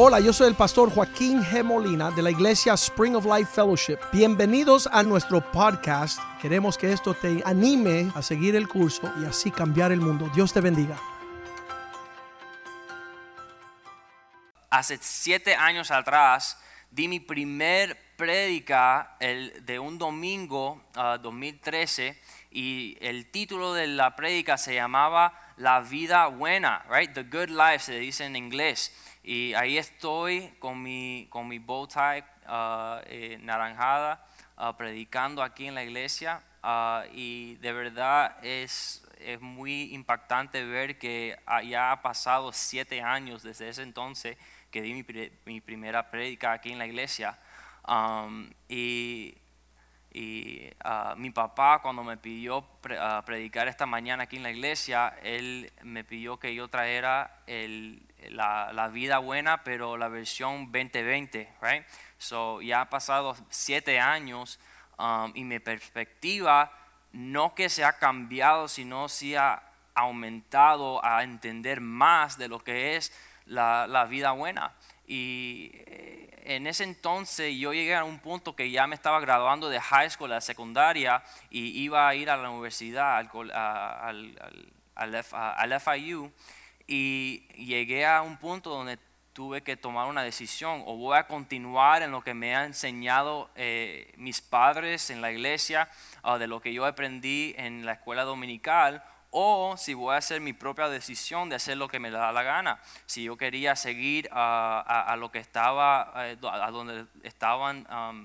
Hola, yo soy el pastor Joaquín G. Molina de la iglesia Spring of Life Fellowship. Bienvenidos a nuestro podcast. Queremos que esto te anime a seguir el curso y así cambiar el mundo. Dios te bendiga. Hace 7 años atrás di mi primer prédica de un domingo 2013 y el título de la prédica se llamaba La vida buena, right? The Good Life se dice en inglés. Y ahí estoy con mi bow tie naranjada predicando aquí en la iglesia y de verdad es muy impactante ver que ya ha pasado 7 años desde ese entonces que di mi primera prédica aquí en la iglesia. Mi papá, cuando me pidió predicar esta mañana aquí en la iglesia, él me pidió que yo trajera la vida buena, pero la versión 2020, right? So ya ha pasado 7 años y mi perspectiva no que se ha cambiado, sino se ha aumentado a entender más de lo que es la vida buena. Y en ese entonces yo llegué a un punto que ya me estaba graduando de high school, a la secundaria, y iba a ir a la universidad, al FIU, y llegué a un punto donde tuve que tomar una decisión: o voy a continuar en lo que me han enseñado mis padres en la iglesia, de lo que yo aprendí en la escuela dominical, o si voy a hacer mi propia decisión de hacer lo que me da la gana. Si yo quería seguir a lo que estaba, a donde estaban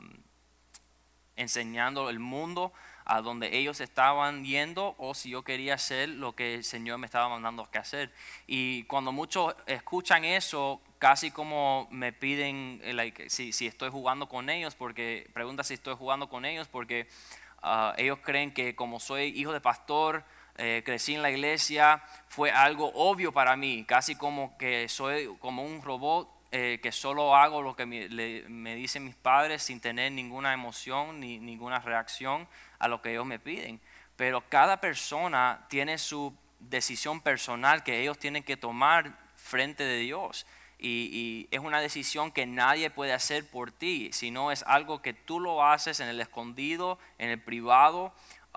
enseñando el mundo, a donde ellos estaban yendo, o si yo quería hacer lo que el Señor me estaba mandando que hacer. Y cuando muchos escuchan eso, casi como me piden si estoy jugando con ellos, porque pregunta si estoy jugando con ellos, porque ellos creen que como soy hijo de pastor, crecí en la iglesia, fue algo obvio para mí, casi como que soy como un robot que solo hago lo que me dicen mis padres sin tener ninguna emoción ni ninguna reacción a lo que ellos me piden. Pero cada persona tiene su decisión personal que ellos tienen que tomar frente de Dios. Y es una decisión que nadie puede hacer por ti, sino es algo que tú lo haces en el escondido, en el privado,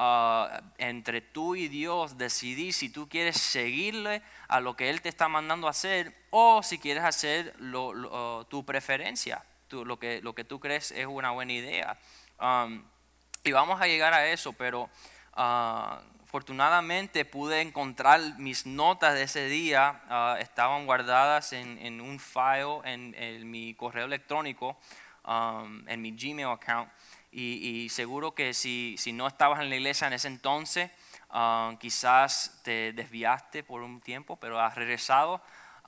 entre tú y Dios. Decidir si tú quieres seguirle a lo que Él te está mandando a hacer, o si quieres hacer tu preferencia, lo que tú crees es una buena idea. Y vamos a llegar a eso, pero afortunadamente pude encontrar mis notas de ese día. Estaban guardadas en un file en mi correo electrónico, en mi Gmail account. Y seguro que si no estabas en la iglesia en ese entonces, quizás te desviaste por un tiempo, pero has regresado.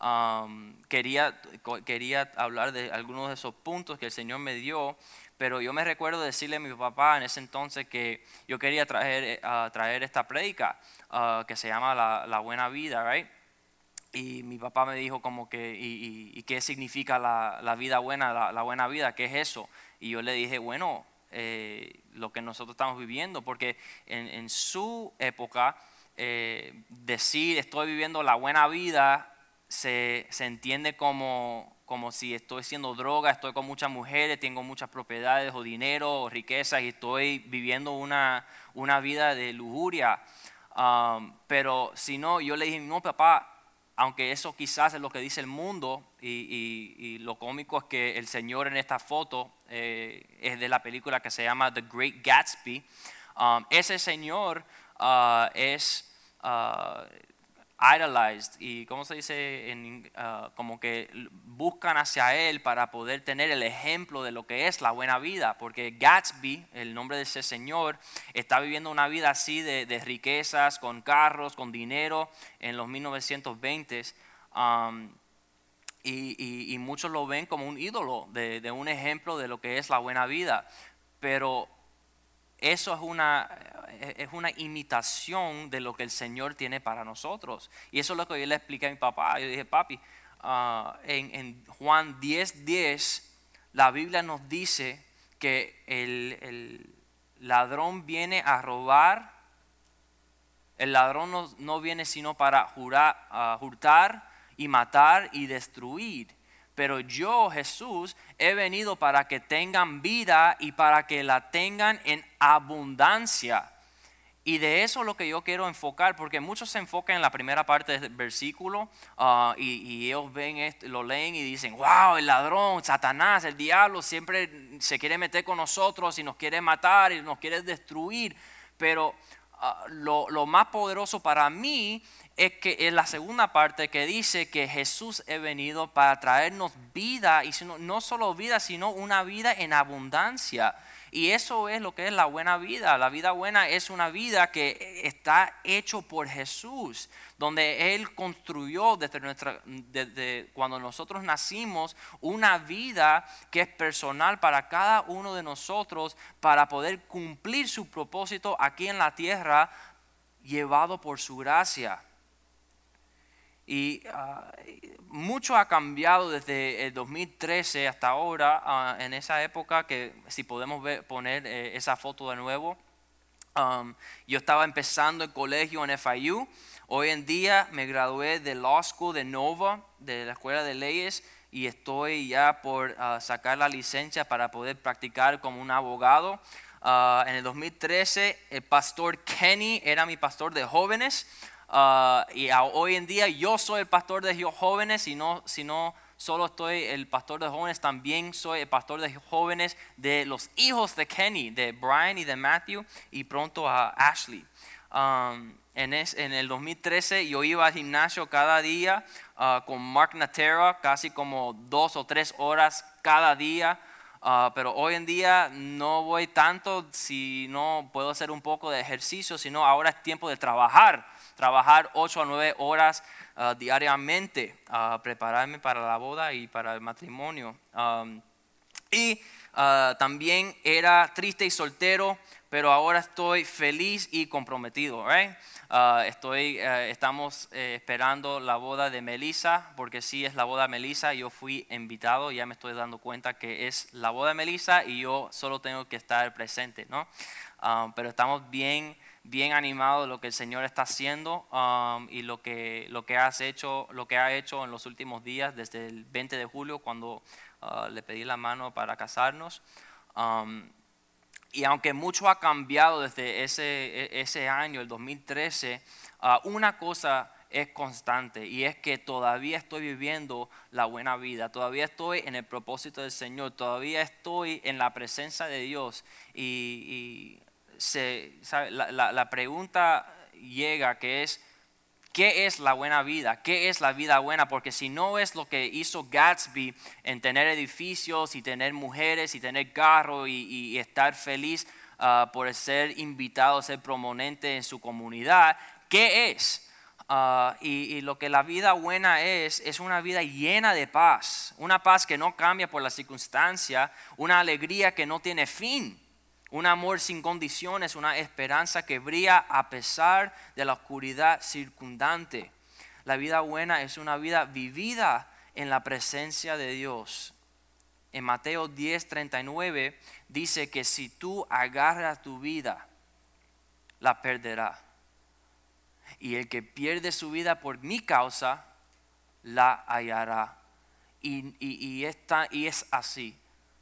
Quería hablar de algunos de esos puntos que el Señor me dio, pero yo me recuerdo decirle a mi papá en ese entonces que yo quería traer esta prédica que se llama la buena vida, right? Y mi papá me dijo como que, ¿y qué significa la vida buena, la buena vida? ¿Qué es eso? Y yo le dije, bueno, lo que nosotros estamos viviendo, porque en su época decir estoy viviendo la buena vida se entiende como si estoy haciendo droga, estoy con muchas mujeres, tengo muchas propiedades o dinero o riquezas y estoy viviendo una vida de lujuria. Pero si no, yo le dije, no papá, aunque eso quizás es lo que dice el mundo, y lo cómico es que el señor en esta foto es de la película que se llama The Great Gatsby. Ese señor es idolized, y ¿cómo se dice? Como que buscan hacia él para poder tener el ejemplo de lo que es la buena vida, porque Gatsby, el nombre de ese señor, está viviendo una vida así de riquezas, con carros, con dinero en los 1920s. Y muchos lo ven como un ídolo, de un ejemplo de lo que es la buena vida, pero eso es una imitación de lo que el Señor tiene para nosotros. Y eso es lo que yo le expliqué a mi papá. Yo dije, papi, en Juan 10:10, la Biblia nos dice que el ladrón viene a robar. El ladrón no viene sino para hurtar y matar y destruir. Pero yo, Jesús, he venido para que tengan vida y para que la tengan en abundancia. Y de eso es lo que yo quiero enfocar, porque muchos se enfocan en la primera parte del versículo y ellos ven esto, lo leen y dicen, wow, el ladrón, Satanás, el diablo siempre se quiere meter con nosotros y nos quiere matar y nos quiere destruir. Pero lo más poderoso para mí es que es la segunda parte que dice que Jesús ha venido para traernos vida, y no solo vida, sino una vida en abundancia. Y eso es lo que es la buena vida. La vida buena es una vida que está hecho por Jesús, donde Él construyó desde cuando nosotros nacimos una vida que es personal para cada uno de nosotros, para poder cumplir su propósito aquí en la tierra, llevado por su gracia. Y mucho ha cambiado desde el 2013 hasta ahora, en esa época, que si podemos poner esa foto de nuevo. Yo estaba empezando el colegio en FIU. Hoy en día me gradué de Law School de Nova, de la Escuela de Leyes, y estoy ya por sacar la licencia para poder practicar como un abogado. En el 2013 el pastor Kenny era mi pastor de jóvenes. Hoy en día yo soy el pastor de jóvenes, y no solo estoy el pastor de jóvenes, también soy el pastor de jóvenes de los hijos de Kenny, de Brian y de Matthew, y pronto a Ashley. En el 2013 yo iba al gimnasio cada día con Mark Natera, casi como 2 o 3 horas cada día. Pero hoy en día no voy tanto, si no puedo hacer un poco de ejercicio, sino ahora es tiempo de trabajar 8 a 9 horas diariamente, prepararme para la boda y para el matrimonio. También era triste y soltero, pero ahora estoy feliz y comprometido, right? Estamos esperando la boda de Melissa, porque sí es la boda de Melissa. Yo fui invitado, ya me estoy dando cuenta que es la boda de Melissa y yo solo tengo que estar presente, ¿no? Pero estamos bien animados de lo que el Señor está haciendo, y lo que ha hecho en los últimos días, desde el 20 de julio, cuando le pedí la mano para casarnos. Y aunque mucho ha cambiado desde ese año, el 2013, una cosa es constante, y es que todavía estoy viviendo la buena vida, todavía estoy en el propósito del Señor, todavía estoy en la presencia de Dios. La pregunta llega, que es: ¿qué es la buena vida? ¿Qué es la vida buena? Porque si no es lo que hizo Gatsby en tener edificios y tener mujeres y tener carro y estar feliz por ser invitado, ser prominente en su comunidad, ¿qué es? Y lo que la vida buena es una vida llena de paz, una paz que no cambia por la circunstancia, una alegría que no tiene fin. Un amor sin condiciones, una esperanza que brilla a pesar de la oscuridad circundante. La vida buena es una vida vivida en la presencia de Dios. En Mateo 10:39 dice que si tú agarras tu vida, la perderá. Y el que pierde su vida por mi causa, la hallará. Y es así.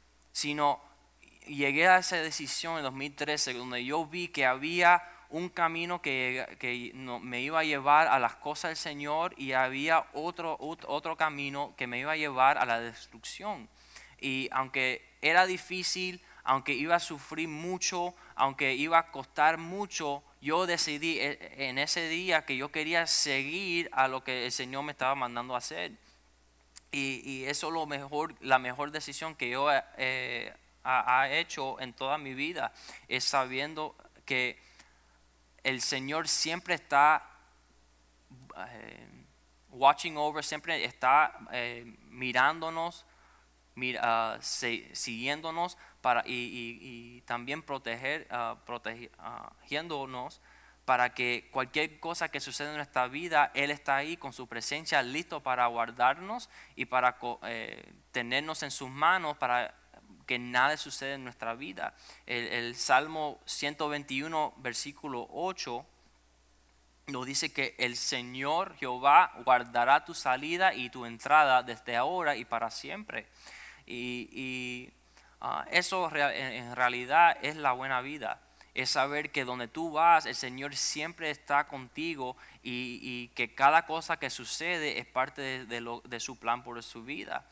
Llegué a esa decisión en 2013, donde yo vi que había un camino que me iba a llevar a las cosas del Señor, y había otro camino que me iba a llevar a la destrucción. Y aunque era difícil, aunque iba a sufrir mucho, aunque iba a costar mucho, yo decidí en ese día que yo quería seguir a lo que el Señor me estaba mandando a hacer. Y eso es la mejor decisión que yo ha hecho en toda mi vida, es sabiendo que el Señor siempre está watching over, siempre está mirándonos, siguiéndonos y también protegiéndonos, para que cualquier cosa que suceda en nuestra vida, Él está ahí con su presencia, listo para guardarnos y para tenernos en sus manos, para que nada suceda en nuestra vida. El Salmo 121, versículo 8, nos dice que el Señor Jehová guardará tu salida y tu entrada desde ahora y para siempre. Eso en realidad es la buena vida. Es saber que donde tú vas, el Señor siempre está contigo y que cada cosa que sucede es parte de su plan por su vida.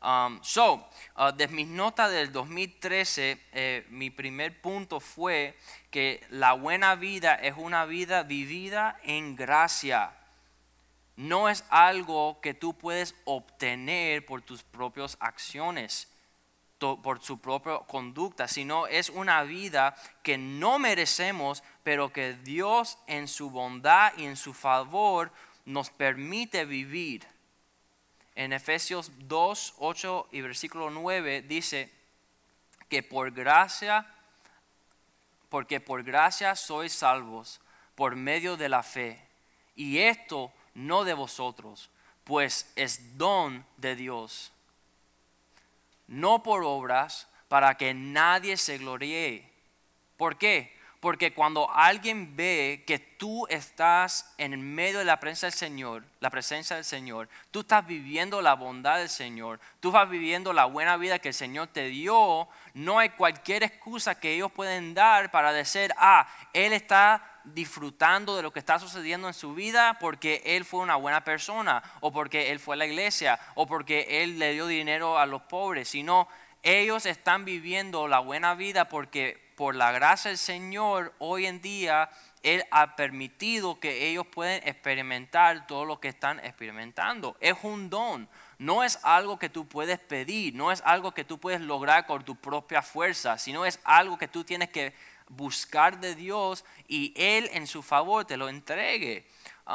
De mis notas del 2013, mi primer punto fue que la buena vida es una vida vivida en gracia. No es algo que tú puedes obtener por tus propias acciones, por su propia conducta, sino es una vida que no merecemos, pero que Dios en su bondad y en su favor nos permite vivir. En Efesios 2, 8 y versículo 9 dice que porque por gracia sois salvos por medio de la fe, y esto no de vosotros, pues es don de Dios, no por obras, para que nadie se gloríe. ¿Por qué? Porque cuando alguien ve que tú estás en medio de la presencia del Señor, tú estás viviendo la bondad del Señor, tú vas viviendo la buena vida que el Señor te dio, no hay cualquier excusa que ellos pueden dar para decir, Él está disfrutando de lo que está sucediendo en su vida porque Él fue una buena persona, o porque Él fue a la iglesia, o porque Él le dio dinero a los pobres, sino ellos están viviendo la buena vida porque por la gracia del Señor hoy en día Él ha permitido que ellos puedan experimentar todo lo que están experimentando. Es un don, no es algo que tú puedes pedir, no es algo que tú puedes lograr con tu propia fuerza, sino es algo que tú tienes que buscar de Dios y Él en su favor te lo entregue.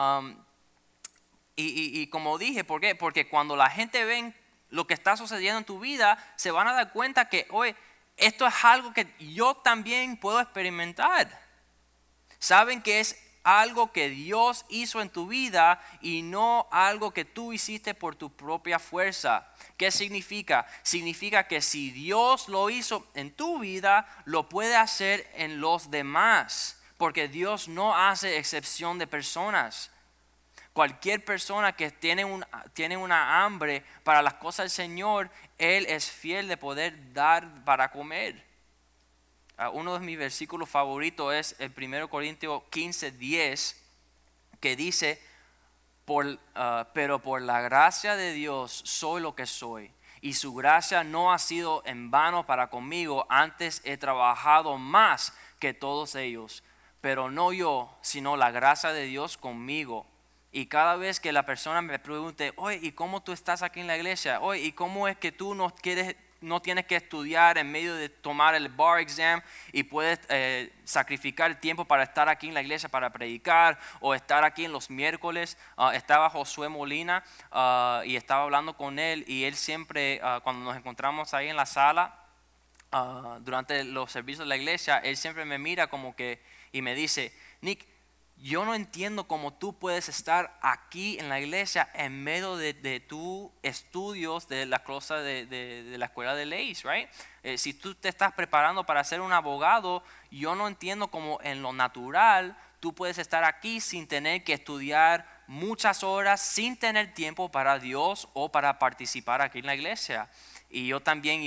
Y como dije, ¿por qué? Porque cuando la gente ve lo que está sucediendo en tu vida, se van a dar cuenta que, oye, esto es algo que yo también puedo experimentar. Saben que es algo que Dios hizo en tu vida y no algo que tú hiciste por tu propia fuerza. ¿Qué significa? Significa que si Dios lo hizo en tu vida, lo puede hacer en los demás, porque Dios no hace excepción de personas. Cualquier persona que tiene una hambre para las cosas del Señor, Él es fiel de poder dar para comer. Uno de mis versículos favoritos es el 1 Corintios 15:10, que dice, pero por la gracia de Dios soy lo que soy, y su gracia no ha sido en vano para conmigo, antes he trabajado más que todos ellos, pero no yo, sino la gracia de Dios conmigo. Y cada vez que la persona me pregunte, oye, ¿y cómo tú estás aquí en la iglesia? Oye, ¿y cómo es que tú no tienes que estudiar en medio de tomar el bar exam y puedes sacrificar tiempo para estar aquí en la iglesia para predicar o estar aquí en los miércoles? Estaba Josué Molina y estaba hablando con él, y él siempre, cuando nos encontramos ahí en la sala, durante los servicios de la iglesia, él siempre me mira como que y me dice, Nick, yo no entiendo cómo tú puedes estar aquí en la iglesia en medio de tus estudios de la cosa de la escuela de leyes, right? Si tú te estás preparando para ser un abogado, yo no entiendo cómo en lo natural tú puedes estar aquí sin tener que estudiar muchas horas, sin tener tiempo para Dios o para participar aquí en la iglesia. Y yo también,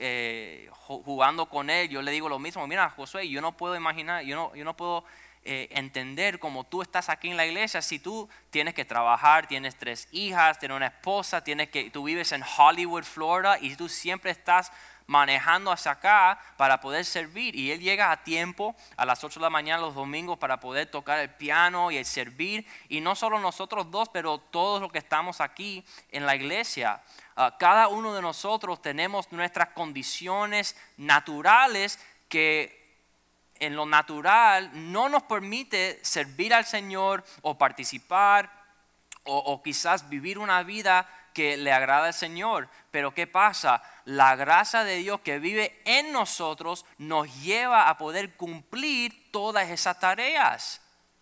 jugando con él, yo le digo lo mismo, mira, Josué, yo no puedo imaginar, yo no puedo entender cómo tú estás aquí en la iglesia si tú tienes que trabajar, tienes 3 hijas, tienes una esposa, tú vives en Hollywood, Florida, y tú siempre estás manejando hacia acá para poder servir, y él llega a tiempo a las 8 de la mañana los domingos para poder tocar el piano y el servir, y no solo nosotros dos, pero todos los que estamos aquí en la iglesia. Cada uno de nosotros tenemos nuestras condiciones naturales que en lo natural no nos permite servir al Señor o participar o quizás vivir una vida que le agrada al Señor. Pero ¿qué pasa? La gracia de Dios que vive en nosotros nos lleva a poder cumplir todas esas tareas.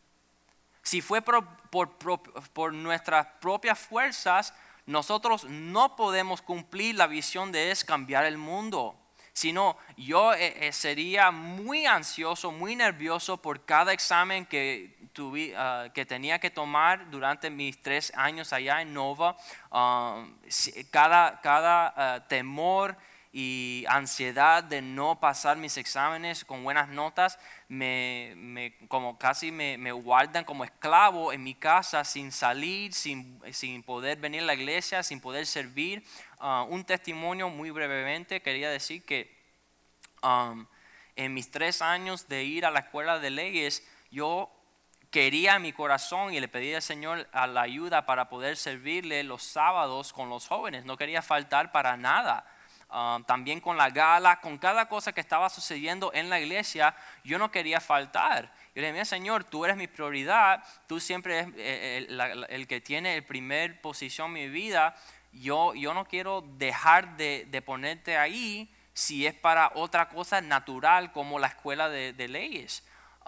Si fue por nuestras propias fuerzas, nosotros no podemos cumplir la visión de cambiar el mundo. sino yo sería muy ansioso, muy nervioso por cada examen que tenía que tomar durante mis 3 años allá en Nova. Cada temor y ansiedad de no pasar mis exámenes con buenas notas como casi me guardan como esclavo en mi casa, sin salir, sin poder venir a la iglesia, sin poder servir. Un testimonio muy brevemente, quería decir que en mis 3 años de ir a la escuela de leyes, yo quería en mi corazón y le pedí al Señor a la ayuda para poder servirle los sábados con los jóvenes. No quería faltar para nada. También con la gala, con cada cosa que estaba sucediendo en la iglesia, yo no quería faltar. Yo le dije, mira, Señor, tú eres mi prioridad, tú siempre eres el que tiene el primer posición en mi vida. Yo no quiero dejar de ponerte ahí si es para otra cosa natural como la escuela de leyes.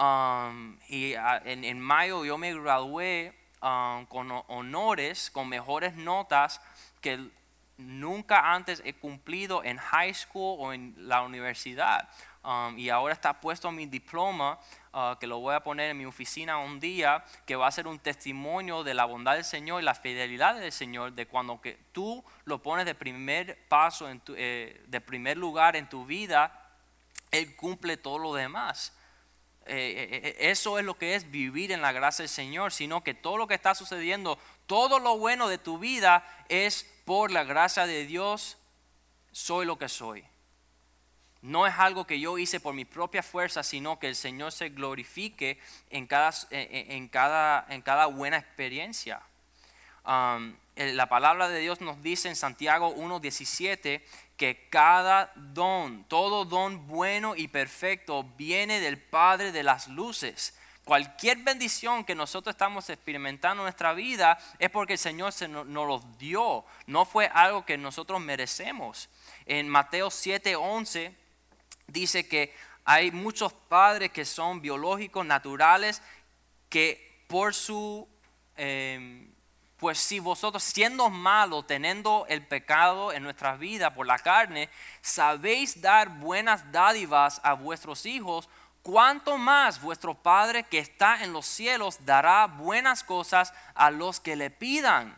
En mayo yo me gradué con honores, con mejores notas que nunca antes he cumplido en high school o en la universidad. Y ahora está puesto mi diploma, que lo voy a poner en mi oficina un día, que va a ser un testimonio de la bondad del Señor y la fidelidad del Señor, de cuando que tú lo pones de primer paso, de primer lugar en tu vida, Él cumple todo lo demás. Eso es lo que es vivir en la gracia del Señor, sino que todo lo que está sucediendo, todo lo bueno de tu vida es por la gracia de Dios. Soy lo que soy. No es algo que yo hice por mi propia fuerza, sino que el Señor se glorifique en cada buena experiencia. La palabra de Dios nos dice en Santiago 1:17 que cada don, todo don bueno y perfecto viene del Padre de las luces. Cualquier bendición que nosotros estamos experimentando en nuestra vida es porque el Señor nos los dio. No fue algo que nosotros merecemos. En Mateo 7:11 dice que hay muchos padres que son biológicos, naturales, que por su... pues si vosotros siendo malos, teniendo el pecado en nuestras vidas por la carne, sabéis dar buenas dádivas a vuestros hijos, cuánto más vuestro Padre que está en los cielos dará buenas cosas a los que le pidan.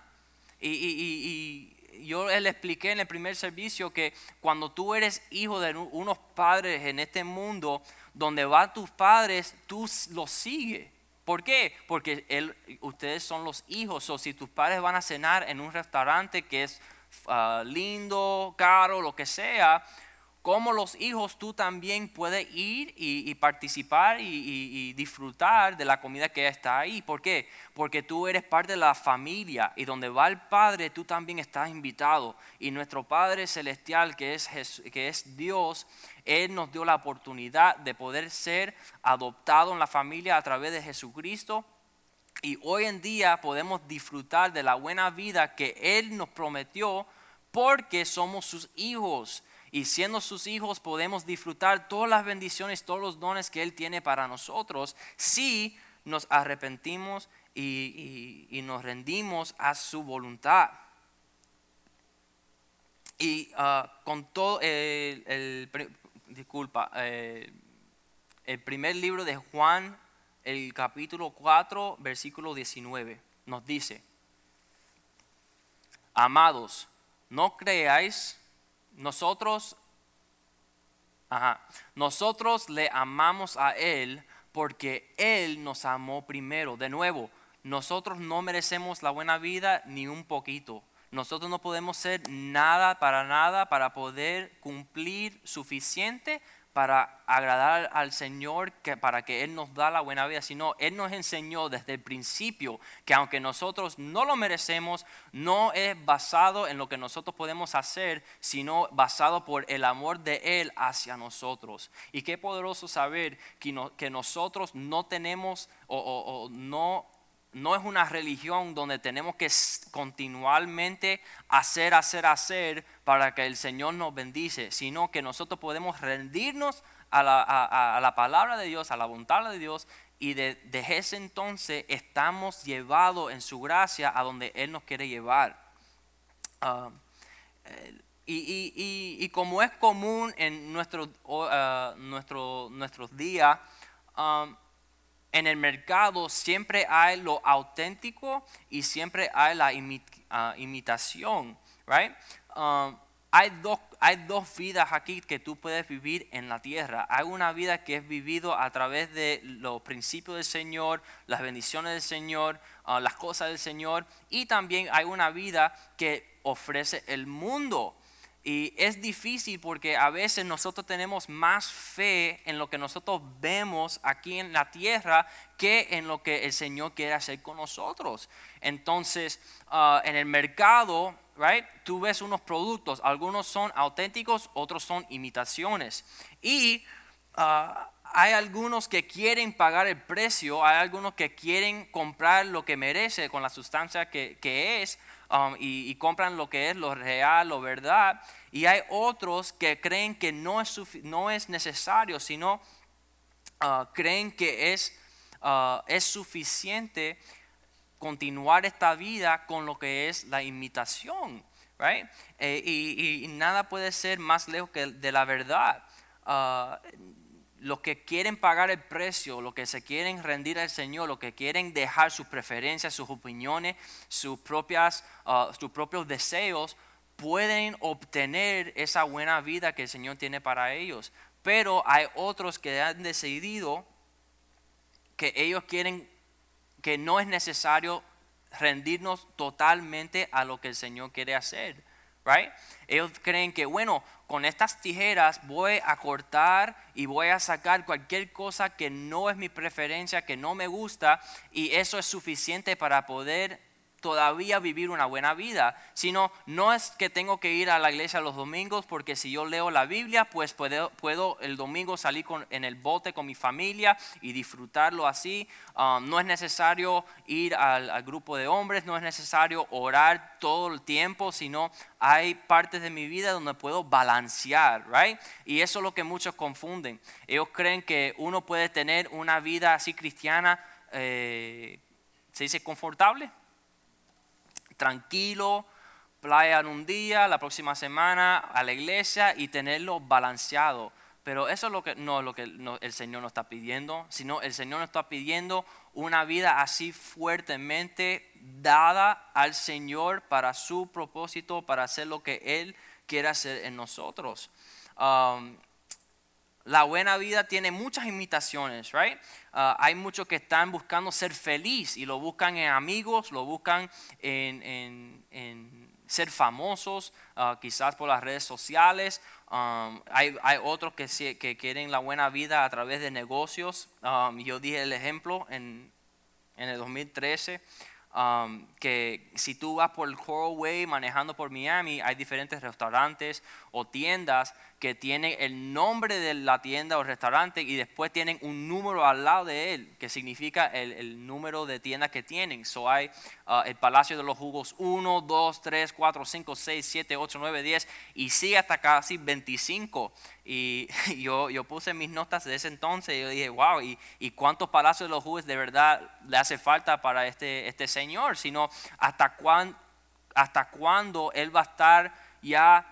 Y yo le expliqué en el primer servicio que cuando tú eres hijo de unos padres en este mundo, donde van tus padres, tú los sigues. ¿Por qué? Porque ustedes son los hijos. O si tus padres van a cenar en un restaurante que es lindo, caro, lo que sea, como los hijos tú también puedes ir y participar y disfrutar de la comida que está ahí. ¿Por qué? Porque tú eres parte de la familia y donde va el Padre tú también estás invitado. Y nuestro Padre Celestial que es Dios, Él nos dio la oportunidad de poder ser adoptados en la familia a través de Jesucristo. Y hoy en día podemos disfrutar de la buena vida que Él nos prometió porque somos sus hijos. Y siendo sus hijos podemos disfrutar todas las bendiciones, todos los dones que Él tiene para nosotros si nos arrepentimos y nos rendimos a su voluntad. Y con todo el primer libro de Juan, el capítulo 4, versículo 19, nos dice: amados, no creáis. Nosotros le amamos a Él porque Él nos amó primero. De nuevo, nosotros no merecemos la buena vida ni un poquito. Nosotros no podemos ser nada para poder cumplir suficiente para agradar al Señor, para que Él nos da la buena vida, sino Él nos enseñó desde el principio que aunque nosotros no lo merecemos, no es basado en lo que nosotros podemos hacer, sino basado por el amor de Él hacia nosotros. Y qué poderoso saber que nosotros no tenemos no es una religión donde tenemos que continuamente hacer para que el Señor nos bendice, sino que nosotros podemos rendirnos a la palabra de Dios, a la voluntad de Dios, y desde ese entonces estamos llevados en su gracia a donde Él nos quiere llevar. Y como es común en nuestros días, en el mercado siempre hay lo auténtico y siempre hay la imitación, right? Hay dos vidas aquí que tú puedes vivir en la tierra. Hay una vida que es vivido a través de los principios del Señor, las bendiciones del Señor, las cosas del Señor, y también hay una vida que ofrece el mundo. Y es difícil porque a veces nosotros tenemos más fe en lo que nosotros vemos aquí en la tierra que en lo que el Señor quiere hacer con nosotros. Entonces, en el mercado, right, tú ves unos productos, algunos son auténticos, otros son imitaciones. Y hay algunos que quieren pagar el precio, hay algunos que quieren comprar lo que merece con la sustancia que es. Y compran lo que es lo real, lo verdad, y hay otros que creen que no es necesario, sino creen que es suficiente continuar esta vida con lo que es la imitación, right? Y nada puede ser más lejos que de la verdad. Los que quieren pagar el precio, los que se quieren rendir al Señor, los que quieren dejar sus preferencias, sus opiniones, sus propios deseos, pueden obtener esa buena vida que el Señor tiene para ellos. Pero hay otros que han decidido que ellos quieren, que no es necesario rendirnos totalmente a lo que el Señor quiere hacer. Right? Ellos creen que, bueno, con estas tijeras voy a cortar y voy a sacar cualquier cosa que no es mi preferencia, que no me gusta, y eso es suficiente para poder todavía vivir una buena vida. Sino, no es que tengo que ir a la iglesia los domingos, porque si yo leo la Biblia, pues puedo el domingo salir en el bote con mi familia y disfrutarlo así. No es necesario ir al grupo de hombres, no es necesario orar todo el tiempo, sino hay partes de mi vida donde puedo balancear, right? Y eso es lo que muchos confunden. Ellos creen que uno puede tener una vida así cristiana, ¿se dice confortable? Tranquilo, playa en un día, la próxima semana a la iglesia, y tenerlo balanceado. Pero eso es lo que el Señor nos está pidiendo, sino el Señor nos está pidiendo una vida así fuertemente dada al Señor para su propósito, para hacer lo que Él quiere hacer en nosotros. La buena vida tiene muchas imitaciones, right? Hay muchos que están buscando ser feliz y lo buscan en amigos, lo buscan en ser famosos, quizás por las redes sociales. Hay otros que quieren la buena vida a través de negocios. Yo dije el ejemplo en el 2013. Que si tú vas por el Coral Way manejando por Miami, hay diferentes restaurantes o tiendas que tienen el nombre de la tienda o restaurante y después tienen un número al lado de él, que significa el número de tiendas que tienen. So hay el Palacio de los Jugos 1, 2, 3, 4, 5, 6, 7, 8, 9, 10 y sigue hasta casi 25. Y yo puse mis notas de ese entonces y yo dije, wow, ¿y cuántos palacios de los jugos de verdad le hace falta para este señor? Sino hasta cuándo él va a estar ya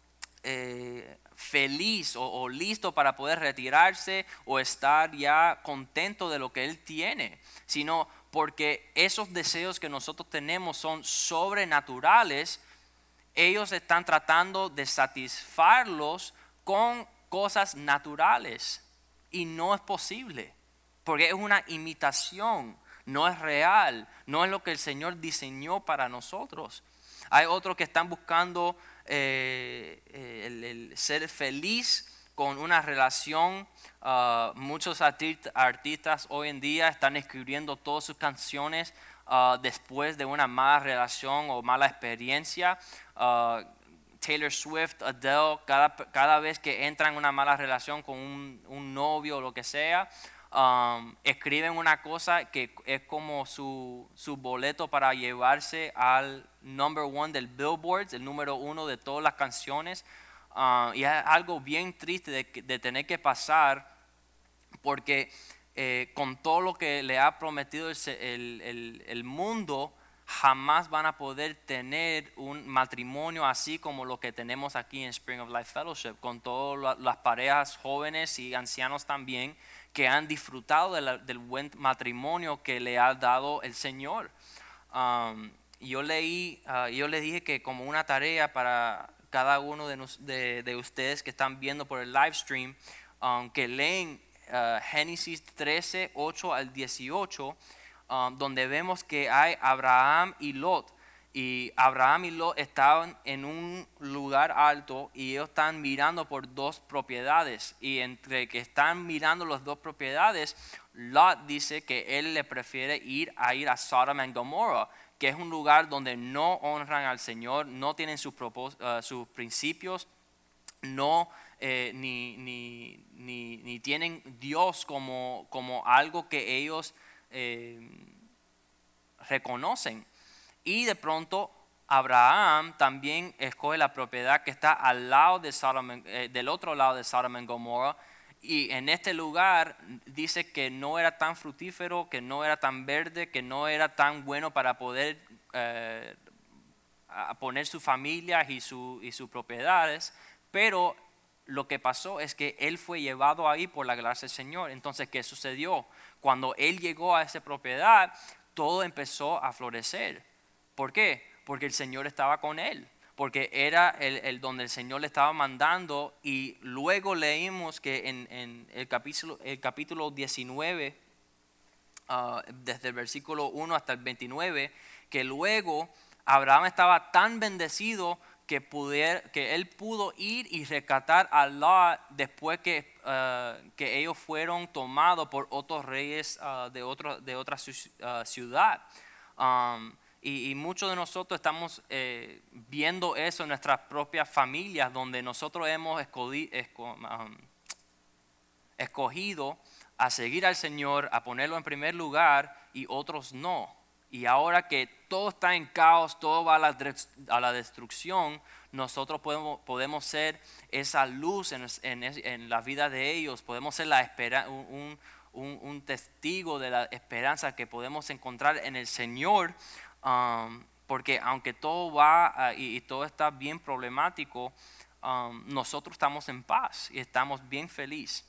feliz o listo para poder retirarse o estar ya contento de lo que él tiene. Sino porque esos deseos que nosotros tenemos son sobrenaturales. Ellos están tratando de satisfarlos con cosas naturales y no es posible porque es una imitación, no es real, no es lo que el Señor diseñó para nosotros. Hay otros que están buscando el ser feliz con una relación. Muchos artistas hoy en día están escribiendo todas sus canciones después de una mala relación o mala experiencia. Taylor Swift, Adele, cada vez que entran en una mala relación con un novio o lo que sea, escriben una cosa que es como su boleto para llevarse al number one del Billboard, el número 1 de todas las canciones. Y es algo bien triste de tener que pasar, porque con todo lo que le ha prometido el mundo, jamás van a poder tener un matrimonio así como lo que tenemos aquí en Spring of Life Fellowship, con todas las parejas jóvenes y ancianos también que han disfrutado del buen matrimonio que le ha dado el Señor. Yo le dije que como una tarea para cada uno de ustedes que están viendo por el live stream, que leen Génesis 13, 8 al 18, donde vemos que hay Abraham y Lot. Y Abraham y Lot estaban en un lugar alto y ellos están mirando por dos propiedades. Y entre que están mirando las dos propiedades, Lot dice que él le prefiere ir a Sodom y Gomorra, que es un lugar donde no honran al Señor, no tienen sus principios, no ni tienen Dios como algo que ellos reconocen. Y de pronto Abraham también escoge la propiedad que está al lado de del otro lado de Sodom y Gomorra. Y en este lugar dice que no era tan fructífero, que no era tan verde, que no era tan bueno para poder poner su familia y sus propiedades. Pero lo que pasó es que él fue llevado ahí por la gracia del Señor. Entonces, ¿qué sucedió? Cuando él llegó a esa propiedad, todo empezó a florecer. ¿Por qué? Porque el Señor estaba con él, porque era el donde el Señor le estaba mandando. Y luego leímos que en el capítulo 19, desde el versículo 1 hasta el 29, que luego Abraham estaba tan bendecido que él pudo ir y rescatar a Lot después que ellos fueron tomados por otros reyes de otra ciudad. Y muchos de nosotros estamos viendo eso en nuestras propias familias, donde nosotros hemos escogido a seguir al Señor, a ponerlo en primer lugar, y otros no. Y ahora que todo está en caos, todo va a la destrucción, nosotros podemos ser esa luz en la vida de ellos, podemos ser un testigo de la esperanza que podemos encontrar en el Señor. Porque aunque todo va y todo está bien problemático, nosotros estamos en paz y estamos bien felices.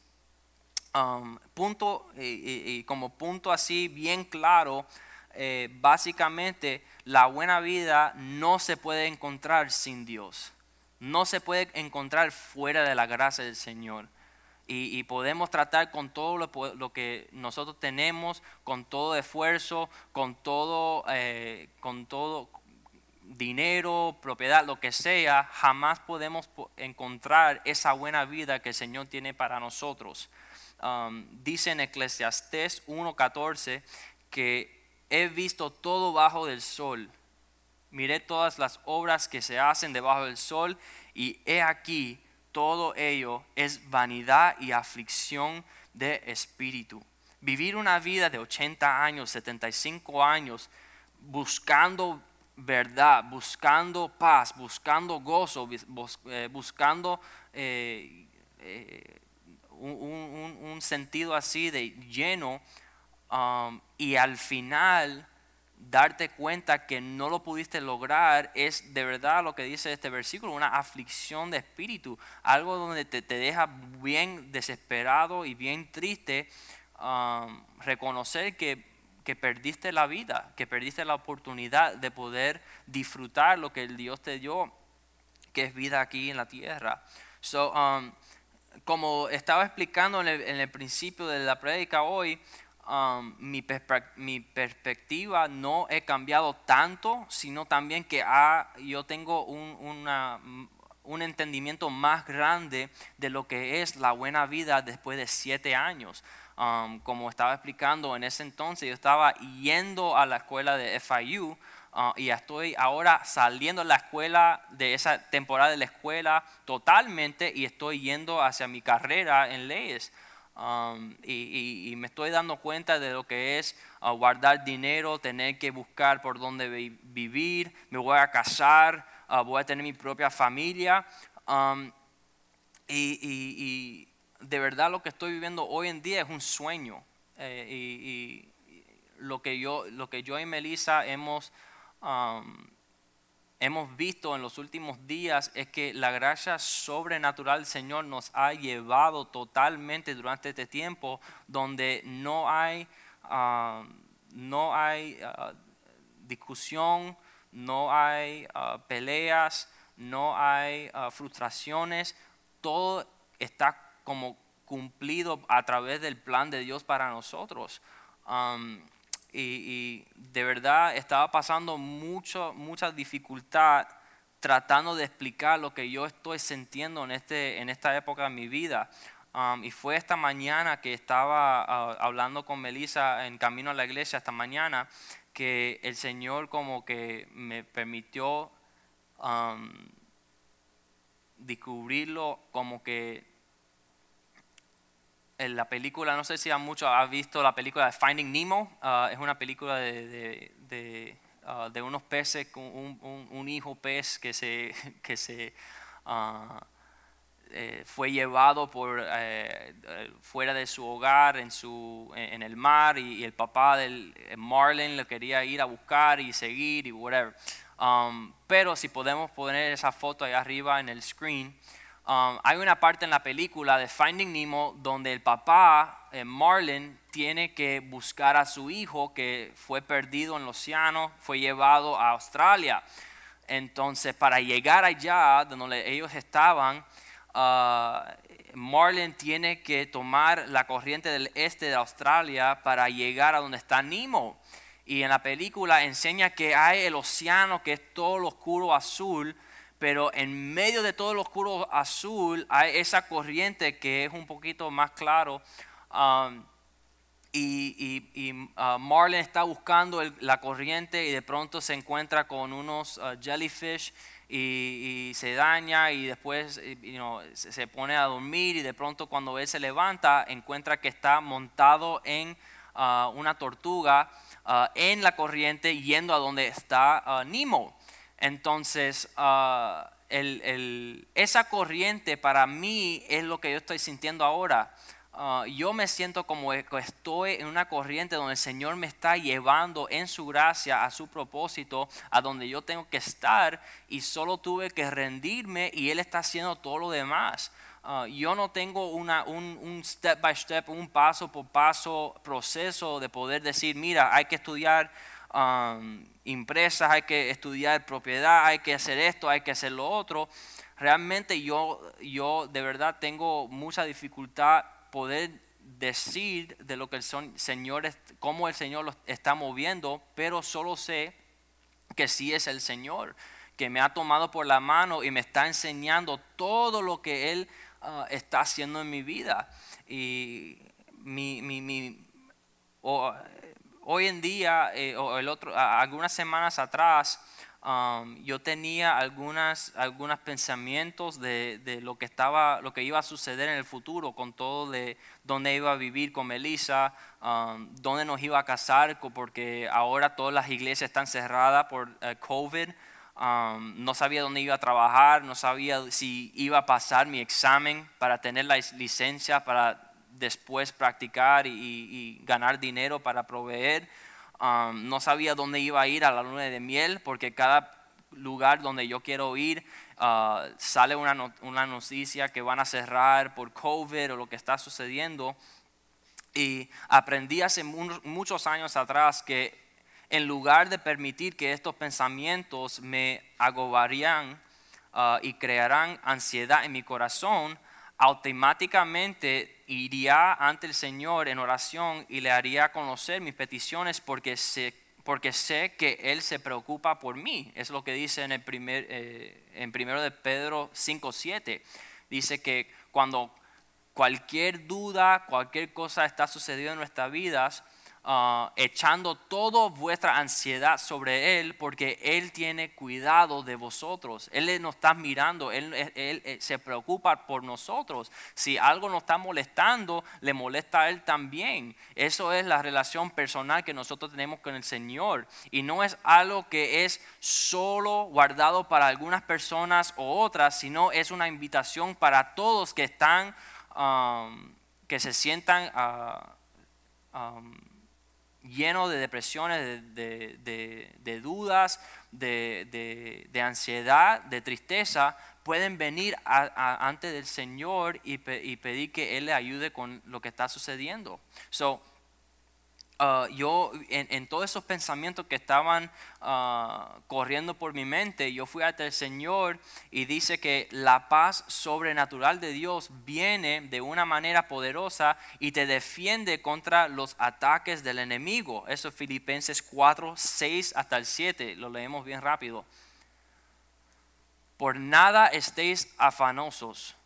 Como punto así bien claro, básicamente la buena vida no se puede encontrar sin Dios, no se puede encontrar fuera de la gracia del Señor. Y podemos tratar con todo lo que nosotros tenemos, con todo esfuerzo, con todo dinero, propiedad, lo que sea. Jamás podemos encontrar esa buena vida que el Señor tiene para nosotros. Dice en Eclesiastés 1:14 que he visto todo bajo del sol, miré todas las obras que se hacen debajo del sol, y he aquí todo ello es vanidad y aflicción de espíritu. Vivir una vida de 80 años, 75 años, buscando verdad, buscando paz, buscando gozo, buscando un sentido así de lleno, y al final darte cuenta que no lo pudiste lograr, es de verdad lo que dice este versículo, una aflicción de espíritu, algo donde te deja bien desesperado y bien triste. Reconocer que perdiste la vida, que perdiste la oportunidad de poder disfrutar lo que el Dios te dio, que es vida aquí en la tierra. Como estaba explicando en el principio de la prédica hoy, mi perspectiva no he cambiado tanto, sino también que yo tengo un entendimiento más grande de lo que es la buena vida después de 7 años. Como estaba explicando, en ese entonces yo estaba yendo a la escuela de FIU, y estoy ahora saliendo de la escuela, de esa temporada de la escuela totalmente, y estoy yendo hacia mi carrera en leyes. Y me estoy dando cuenta de lo que es guardar dinero, tener que buscar por dónde vivir, me voy a casar, voy a tener mi propia familia, y de verdad lo que estoy viviendo hoy en día es un sueño. Y lo que yo y Melissa hemos um, hemos visto en los últimos días es que la gracia sobrenatural del Señor nos ha llevado totalmente durante este tiempo donde no hay discusión, no hay peleas, no hay frustraciones. Todo está como cumplido a través del plan de Dios para nosotros. Y de verdad estaba pasando mucha dificultad tratando de explicar lo que yo estoy sintiendo en esta época de mi vida. Y fue esta mañana que estaba hablando con Melissa en camino a la iglesia esta mañana, que el Señor como que me permitió descubrirlo como que en la película, no sé si muchos han visto la película de Finding Nemo. Es una película de unos peces, un hijo pez que se fue llevado fuera de su hogar en el mar, y el papá del Marlin le quería ir a buscar y seguir y whatever. Pero si podemos poner esa foto ahí arriba en el screen. Hay una parte en la película de Finding Nemo donde el papá, Marlin, tiene que buscar a su hijo que fue perdido en el océano, fue llevado a Australia. Entonces, para llegar allá donde ellos estaban, Marlin tiene que tomar la corriente del este de Australia para llegar a donde está Nemo. Y en la película enseña que hay el océano que es todo lo oscuro azul, pero en medio de todo lo oscuro azul hay esa corriente que es un poquito más claro. Marlin está buscando la corriente y de pronto se encuentra con unos jellyfish y se daña, y después se pone a dormir, y de pronto cuando él se levanta encuentra que está montado en una tortuga en la corriente yendo a donde está Nemo. Entonces esa corriente para mí es lo que yo estoy sintiendo ahora. Yo me siento como que estoy en una corriente donde el Señor me está llevando en su gracia a su propósito, a donde yo tengo que estar, y solo tuve que rendirme y Él está haciendo todo lo demás. Yo no tengo un step by step, un paso por paso proceso de poder decir, mira, hay que estudiar empresas, hay que estudiar propiedad, hay que hacer esto, hay que hacer lo otro. Realmente yo de verdad tengo mucha dificultad poder decir de lo que el Señor, cómo el Señor lo está moviendo, pero solo sé que sí es el Señor, que me ha tomado por la mano y me está enseñando todo lo que Él está haciendo en mi vida. Y hoy en día, algunas semanas atrás, yo tenía algunos pensamientos de lo que iba a suceder en el futuro, con todo de dónde iba a vivir con Melissa, dónde nos iba a casar, porque ahora todas las iglesias están cerradas por COVID. No sabía dónde iba a trabajar, no sabía si iba a pasar mi examen para tener la licencia para después practicar y ganar dinero para proveer. No sabía dónde iba a ir a la luna de miel, porque cada lugar donde yo quiero ir sale una noticia que van a cerrar por COVID o lo que está sucediendo. Y aprendí hace muchos años atrás que en lugar de permitir que estos pensamientos me agobiaran y crearán ansiedad en mi corazón, automáticamente iría ante el Señor en oración y le haría conocer mis peticiones, porque sé que Él se preocupa por mí. Es lo que dice en primero de Pedro 5:7. Dice que cuando cualquier duda, cualquier cosa está sucediendo en nuestras vidas, echando toda vuestra ansiedad sobre Él, porque Él tiene cuidado de vosotros. Él nos está mirando, Él se preocupa por nosotros. Si algo nos está molestando, le molesta a Él también. Eso es la relación personal que nosotros tenemos con el Señor, y no es algo que es solo guardado para algunas personas o otras, sino es una invitación para todos que están que se sientan lleno de depresiones, de dudas, de ansiedad, de tristeza, pueden venir ante del Señor y pedir que Él le ayude con lo que está sucediendo. So, yo en todos esos pensamientos que estaban corriendo por mi mente, yo fui ante el Señor y dice que la paz sobrenatural de Dios viene de una manera poderosa y te defiende contra los ataques del enemigo. Eso es Filipenses 4, 6 hasta el 7, lo leemos bien rápido. Por nada estéis afanosos,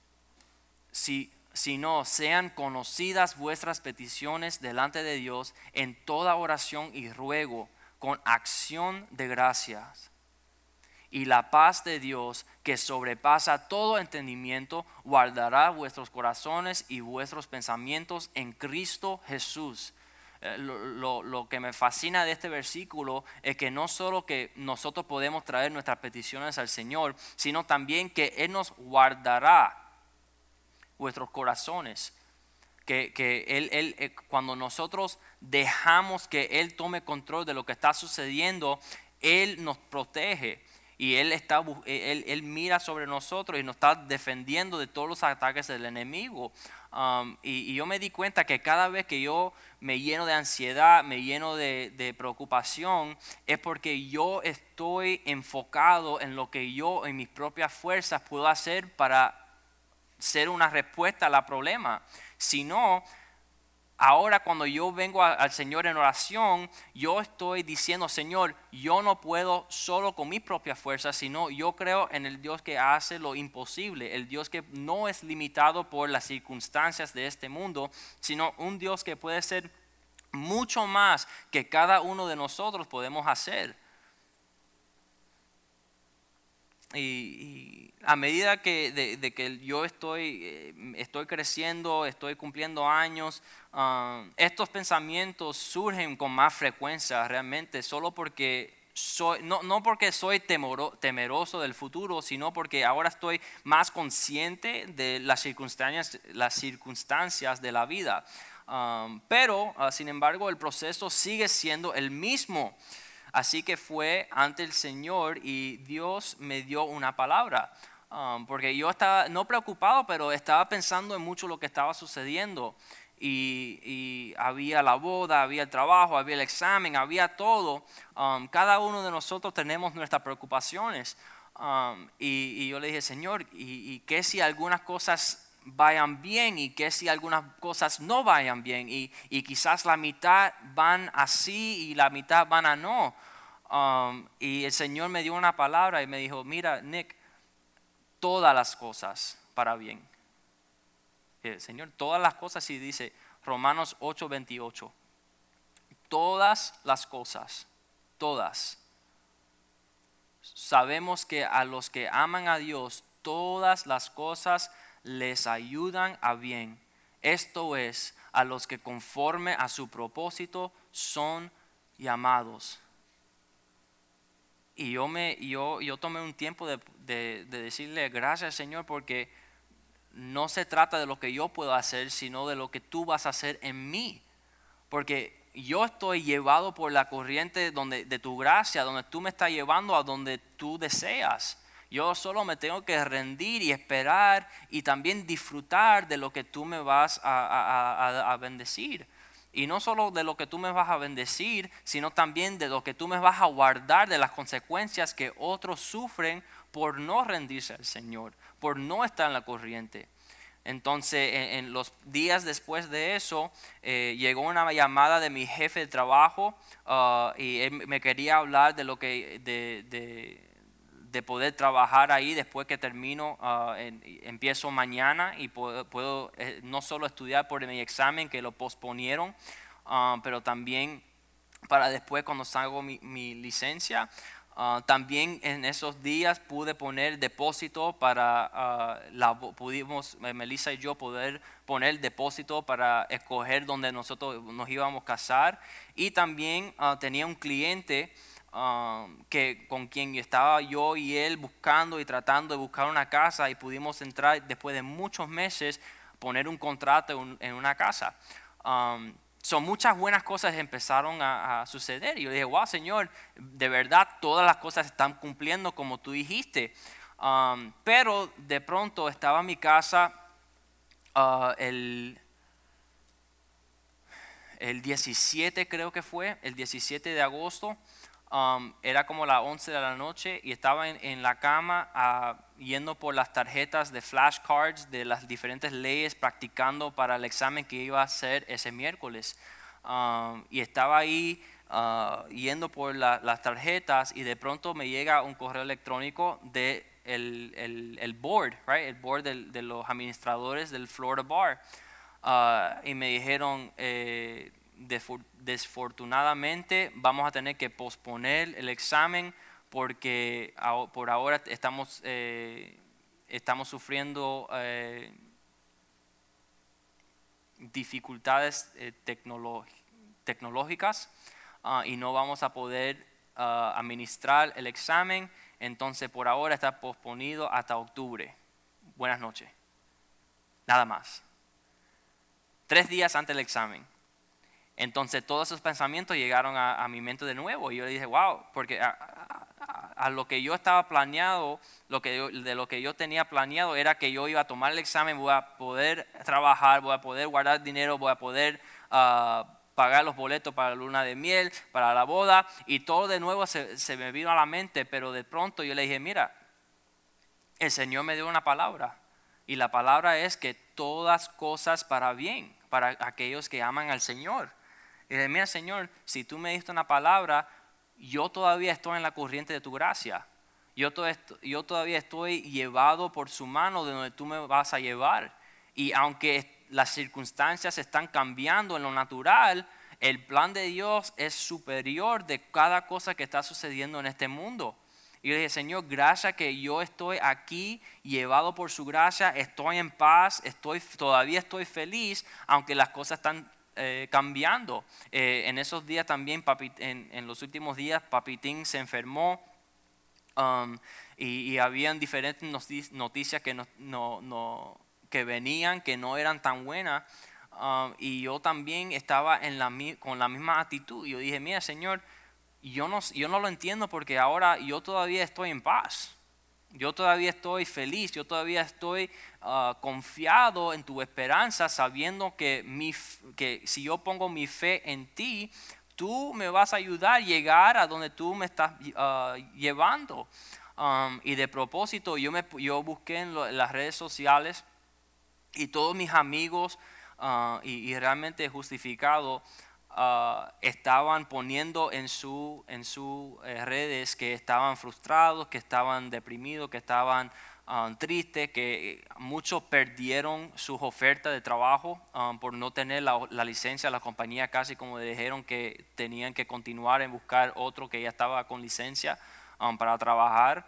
sino sean conocidas vuestras peticiones delante de Dios en toda oración y ruego con acción de gracias. Y la paz de Dios, que sobrepasa todo entendimiento, guardará vuestros corazones y vuestros pensamientos en Cristo Jesús. Lo que me fascina de este versículo es que no solo que nosotros podemos traer nuestras peticiones al Señor, sino también que Él nos guardará vuestros corazones, que él, cuando nosotros dejamos que Él tome control de lo que está sucediendo, Él nos protege y Él mira sobre nosotros y nos está defendiendo de todos los ataques del enemigo. Y yo me di cuenta que cada vez que yo me lleno de ansiedad, me lleno de preocupación, es porque yo estoy enfocado en lo que yo en mis propias fuerzas puedo hacer para ser una respuesta al problema. Si no, ahora cuando yo vengo al Señor en oración, yo estoy diciendo, Señor, yo no puedo solo con mis propias fuerzas, sino yo creo en el Dios que hace lo imposible, el Dios que no es limitado por las circunstancias de este mundo, sino un Dios que puede ser mucho más que cada uno de nosotros podemos hacer. Y a medida de que yo estoy creciendo, estoy cumpliendo años, estos pensamientos surgen con más frecuencia realmente, solo porque no porque soy temeroso del futuro, sino porque ahora estoy más consciente de las circunstancias de la vida. Pero sin embargo el proceso sigue siendo el mismo. Así que fue ante el Señor y Dios me dio una palabra. Porque yo estaba no preocupado, pero estaba pensando en mucho lo que estaba sucediendo. Y había la boda, había el trabajo, había el examen, había todo. Cada uno de nosotros tenemos nuestras preocupaciones. Y yo le dije, Señor, ¿y qué si algunas cosas vayan bien y qué si algunas cosas no vayan bien y quizás la mitad van así y la mitad van a no? Y el Señor me dio una palabra y me dijo, mira Nick, todas las cosas para bien. El Señor, todas las cosas, y dice Romanos 8:28, todas las cosas, todas. Sabemos que a los que aman a Dios, todas las cosas les ayudan a bien. Esto es, a los que conforme a su propósito son llamados. Y yo tomé un tiempo de decirle gracias, Señor, porque no se trata de lo que yo puedo hacer, sino de lo que tú vas a hacer en mí. Porque yo estoy llevado por la corriente de tu gracia, donde tú me estás llevando a donde tú deseas. Yo solo me tengo que rendir y esperar y también disfrutar de lo que tú me vas a bendecir. Y no solo de lo que tú me vas a bendecir, sino también de lo que tú me vas a guardar de las consecuencias que otros sufren por no rendirse al Señor, por no estar en la corriente. Entonces, en los días después de eso, llegó una llamada de mi jefe de trabajo y él me quería hablar de lo que de poder trabajar ahí después que termino. Empiezo mañana y puedo no solo estudiar por mi examen que lo posponieron, pero también para después cuando salgo mi licencia. También en esos días pude poner depósito para pudimos Melissa y yo poder poner depósito para escoger donde nosotros nos íbamos a casar. Y también tenía un cliente con quien estaba yo y él buscando y tratando de buscar una casa, y pudimos entrar después de muchos meses, poner un contrato en una casa. So, muchas buenas cosas empezaron a suceder. Y yo dije, wow, Señor, de verdad todas las cosas están cumpliendo como tú dijiste. Pero de pronto estaba en mi casa el 17, creo que fue, el 17 de agosto. Era como las 11 de la noche y estaba en la cama yendo por las tarjetas de flashcards de las diferentes leyes, practicando para el examen que iba a hacer ese miércoles. Y estaba ahí yendo por las tarjetas y de pronto me llega un correo electrónico de el board, right? El board de los administradores del Florida Bar. Y me dijeron, desfortunadamente vamos a tener que posponer el examen porque por ahora estamos sufriendo dificultades tecnológicas y no vamos a poder administrar el examen, entonces por ahora está posponido hasta octubre. Buenas noches. Nada más. 3 días antes del examen. Entonces todos esos pensamientos llegaron a mi mente de nuevo y yo le dije, wow, porque a lo que yo estaba planeado, de lo que yo tenía planeado era que yo iba a tomar el examen, voy a poder trabajar, voy a poder guardar dinero, voy a poder pagar los boletos para la luna de miel, para la boda, y todo de nuevo se me vino a la mente, pero de pronto yo le dije, mira, el Señor me dio una palabra y la palabra es que todas cosas para bien, para aquellos que aman al Señor. Y le dije, mira, Señor, si tú me diste una palabra, yo todavía estoy en la corriente de tu gracia. Yo todavía estoy llevado por su mano de donde tú me vas a llevar. Y aunque las circunstancias están cambiando en lo natural, el plan de Dios es superior de cada cosa que está sucediendo en este mundo. Y yo le dije, Señor, gracias que yo estoy aquí llevado por su gracia, estoy en paz, todavía estoy feliz, aunque las cosas están cambiando. En esos días también, en los últimos días, Papitín se enfermó y habían diferentes noticias que venían, que no eran tan buenas. Y yo también estaba con la misma actitud. Yo dije, mira, Señor, yo no lo entiendo porque ahora yo todavía estoy en paz. Yo todavía estoy feliz, yo todavía estoy confiado en tu esperanza, sabiendo que si yo pongo mi fe en ti, tú me vas a ayudar a llegar a donde tú me estás llevando. Y de propósito, yo busqué en las redes sociales y todos mis amigos, y realmente justificado, estaban poniendo en sus redes que estaban frustrados, que estaban deprimidos, que estaban tristes, que muchos perdieron sus ofertas de trabajo por no tener la licencia. La compañía casi como dijeron que tenían que continuar en buscar otro que ya estaba con licencia para trabajar.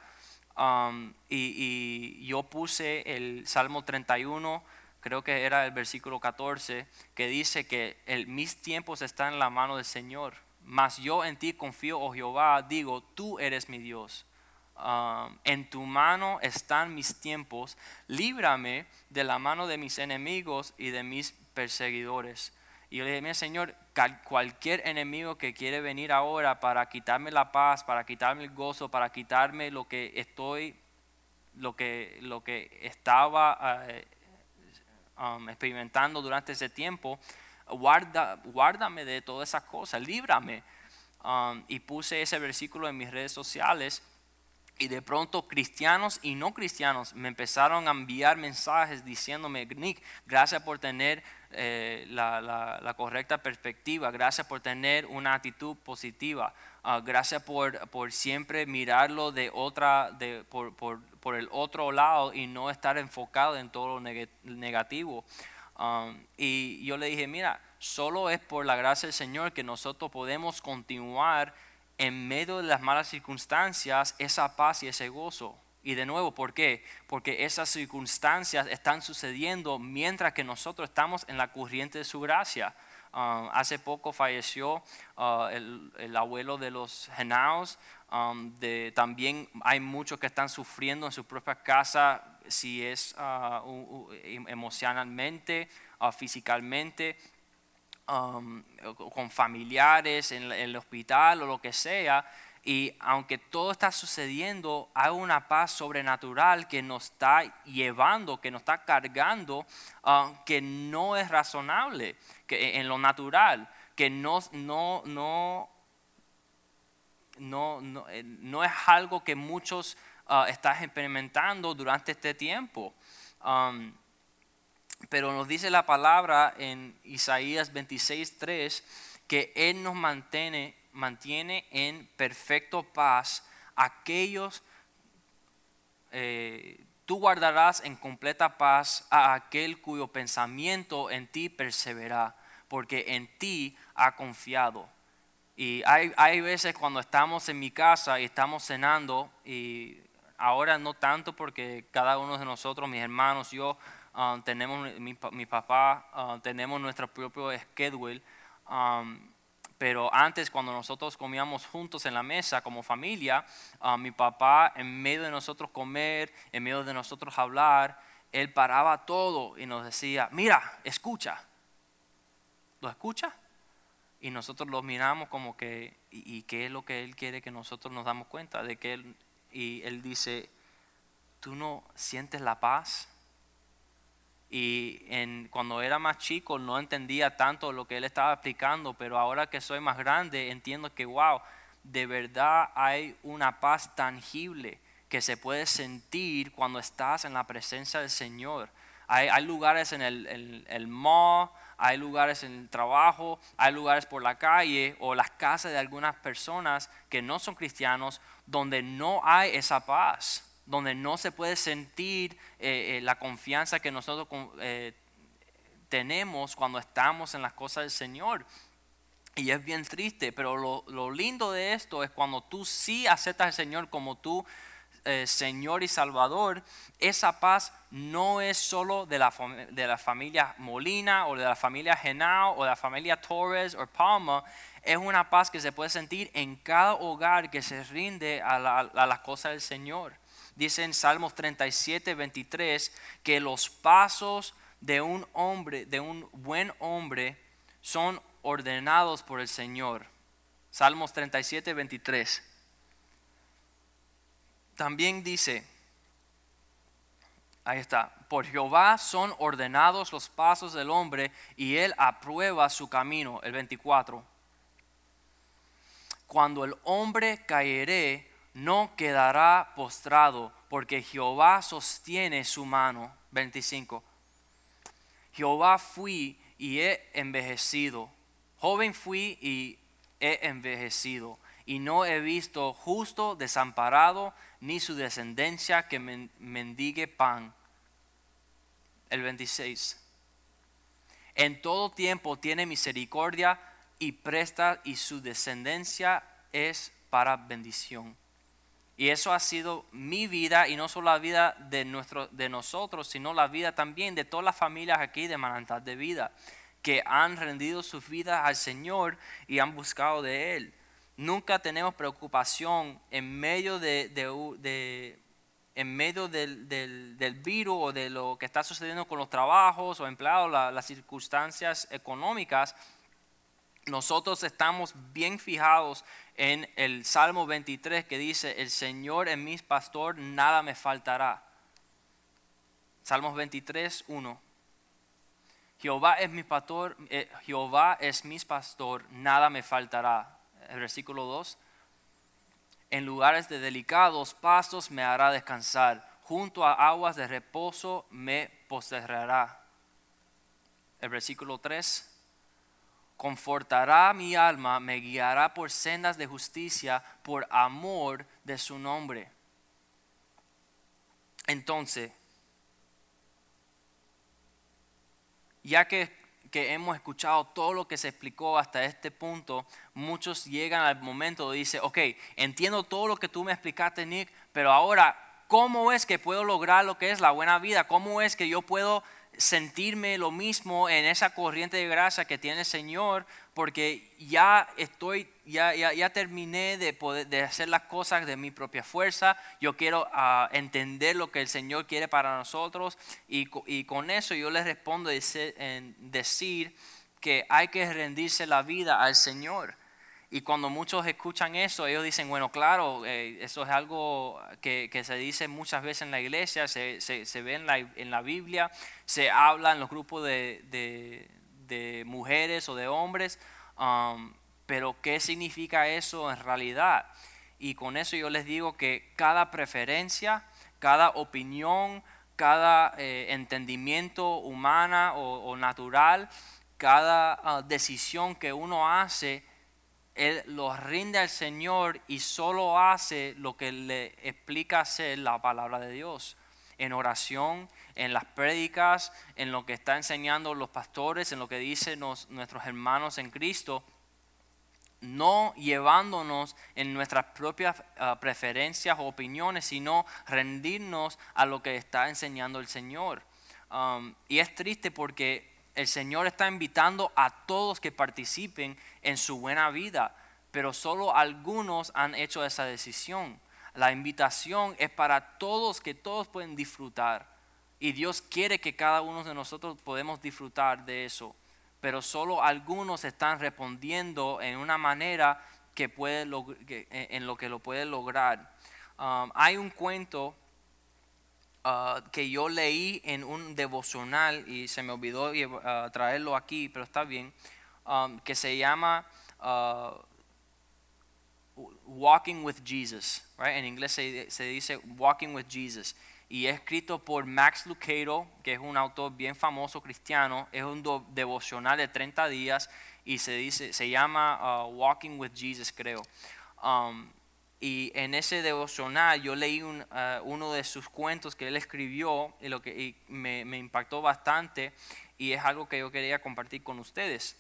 Y yo puse el Salmo 31, creo que era el versículo 14, que dice que mis tiempos están en la mano del Señor, mas yo en ti confío, oh Jehová, digo, tú eres mi Dios. En tu mano están mis tiempos, líbrame de la mano de mis enemigos y de mis perseguidores. Y yo le dije, mira, Señor, cualquier enemigo que quiere venir ahora para quitarme la paz, para quitarme el gozo, para quitarme lo que estaba experimentando durante ese tiempo, guárdame de todas esas cosas, líbrame. Y puse ese versículo en mis redes sociales. Y de pronto cristianos y no cristianos me empezaron a enviar mensajes diciéndome, Nick, gracias por tener la correcta perspectiva, gracias por tener una actitud positiva, gracias por siempre mirarlo por el otro lado y no estar enfocado en todo lo negativo. Y yo le dije, mira, solo es por la gracia del Señor que nosotros podemos continuar en medio de las malas circunstancias, esa paz y ese gozo. Y de nuevo, ¿por qué? Porque esas circunstancias están sucediendo mientras que nosotros estamos en la corriente de su gracia. Hace poco falleció el abuelo de los Henaus. También hay muchos que están sufriendo en su propia casa, si es emocionalmente, físicamente. con familiares en el hospital o lo que sea. Y aunque todo está sucediendo, hay una paz sobrenatural que nos está llevando, que nos está cargando, que no es razonable, que en lo natural, que no es algo que muchos están experimentando durante este tiempo. Pero nos dice la palabra en Isaías 26:3 que Él nos mantiene en perfecta paz aquellos, tú guardarás en completa paz a aquel cuyo pensamiento en ti persevera, porque en ti ha confiado. Y hay veces cuando estamos en mi casa y estamos cenando, y ahora no tanto porque cada uno de nosotros, mis hermanos, yo, tenemos, mi papá, tenemos nuestro propio schedule. Pero antes, cuando nosotros comíamos juntos en la mesa como familia, mi papá, en medio de nosotros comer, en medio de nosotros hablar, él paraba todo y nos decía, mira, escucha. ¿Lo escucha? Y nosotros lo miramos como que, ¿y qué es lo que él quiere que nosotros nos damos cuenta? De que él dice, ¿tú no sientes la paz? Y cuando era más chico no entendía tanto lo que él estaba explicando, pero ahora que soy más grande entiendo que wow, de verdad hay una paz tangible que se puede sentir cuando estás en la presencia del Señor. Hay lugares en el mall, hay lugares en el trabajo, hay lugares por la calle o las casas de algunas personas que no son cristianos donde no hay esa paz, donde no se puede sentir la confianza que nosotros tenemos cuando estamos en las cosas del Señor. Y es bien triste, pero lo lindo de esto es cuando tú sí aceptas al Señor como tu Señor y Salvador. Esa paz no es solo de la familia Molina o de la familia Genao o de la familia Torres o Palma. Es una paz que se puede sentir en cada hogar que se rinde a las cosas del Señor. Dice en Salmos 37:23 que los pasos de un buen hombre son ordenados por el Señor. Salmos 37:23. También dice, ahí está, por Jehová son ordenados los pasos del hombre y él aprueba su camino. El 24. Cuando el hombre cayere, no quedará postrado, porque Jehová sostiene su mano. 25. Jehová fui y he envejecido. Joven fui y he envejecido. Y no he visto justo desamparado, ni su descendencia que mendigue pan. El 26. En todo tiempo tiene misericordia y presta, y su descendencia es para bendición. Y eso ha sido mi vida, y no solo la vida de nosotros, sino la vida también de todas las familias aquí de Manantial de Vida, que han rendido sus vidas al Señor y han buscado de Él. Nunca tenemos preocupación en medio del virus o de lo que está sucediendo con los trabajos o empleados, las circunstancias económicas. Nosotros estamos bien fijados en el Salmo 23 que dice, el Señor es mi pastor, nada me faltará. Salmos 23:1. Jehová es mi pastor, nada me faltará. El versículo 2. En lugares de delicados pastos me hará descansar, junto a aguas de reposo me postrará. El versículo 3. Confortará mi alma, me guiará por sendas de justicia, por amor de su nombre. Entonces, ya que hemos escuchado todo lo que se explicó hasta este punto, muchos llegan al momento de decir, ok, entiendo todo lo que tú me explicaste, Nick, pero ahora, ¿cómo es que puedo lograr lo que es la buena vida? ¿Cómo es que yo puedo sentirme lo mismo en esa corriente de gracia que tiene el Señor? Porque ya terminé de hacer las cosas de mi propia fuerza. Yo quiero entender lo que el Señor quiere para nosotros, y con eso yo les respondo en decir que hay que rendirse la vida al Señor. Y cuando muchos escuchan eso, ellos dicen, bueno, claro, eso es algo que se dice muchas veces en la iglesia, se ve en la Biblia, se habla en los grupos de mujeres o de hombres, pero ¿qué significa eso en realidad? Y con eso yo les digo que cada preferencia, cada opinión, cada entendimiento humana o natural, cada decisión que uno hace, él lo rinde al Señor y solo hace lo que le explica hacer la palabra de Dios. En oración, en las prédicas, en lo que está enseñando los pastores, en lo que dicen nuestros hermanos en Cristo, no llevándonos en nuestras propias preferencias o opiniones, sino rendirnos a lo que está enseñando el Señor. Y es triste porque el Señor está invitando a todos que participen en su buena vida, pero solo algunos han hecho esa decisión. La invitación es para todos, que todos pueden disfrutar. Y Dios quiere que cada uno de nosotros podamos disfrutar de eso. Pero solo algunos están respondiendo en una manera que en lo que lo puede lograr. Hay un cuento que yo leí en un devocional y se me olvidó traerlo aquí, pero está bien, que se llama Walking with Jesus, right? En inglés se dice Walking with Jesus, y es escrito por Max Lucado, que es un autor bien famoso cristiano. Es un devocional de 30 días y se llama Walking with Jesus, creo. Y en ese devocional yo leí uno de sus cuentos que él escribió y me impactó bastante, y es algo que yo quería compartir con ustedes.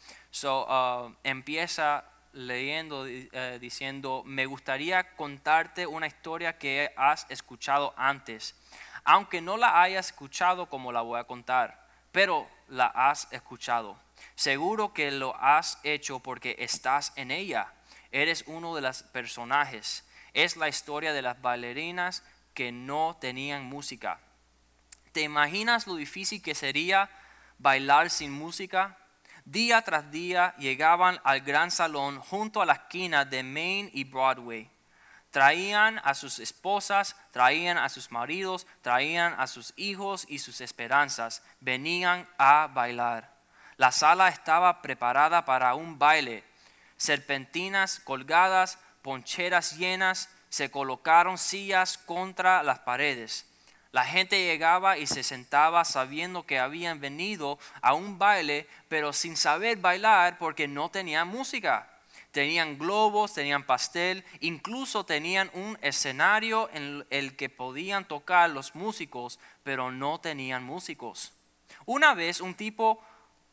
Empieza leyendo diciendo: me gustaría contarte una historia que has escuchado antes, aunque no la hayas escuchado como la voy a contar, pero la has escuchado. Seguro que lo has hecho porque estás en ella. Eres uno de los personajes. Es la historia de las bailarinas que no tenían música. ¿Te imaginas lo difícil que sería bailar sin música? Día tras día llegaban al gran salón junto a la esquina de Main y Broadway. Traían a sus esposas, traían a sus maridos, traían a sus hijos y sus esperanzas. Venían a bailar. La sala estaba preparada para un baile. Serpentinas colgadas, poncheras llenas, se colocaron sillas contra las paredes. La gente llegaba y se sentaba sabiendo que habían venido a un baile, pero sin saber bailar porque no tenían música. Tenían globos, tenían pastel, incluso tenían un escenario en el que podían tocar los músicos, pero no tenían músicos. Una vez un tipo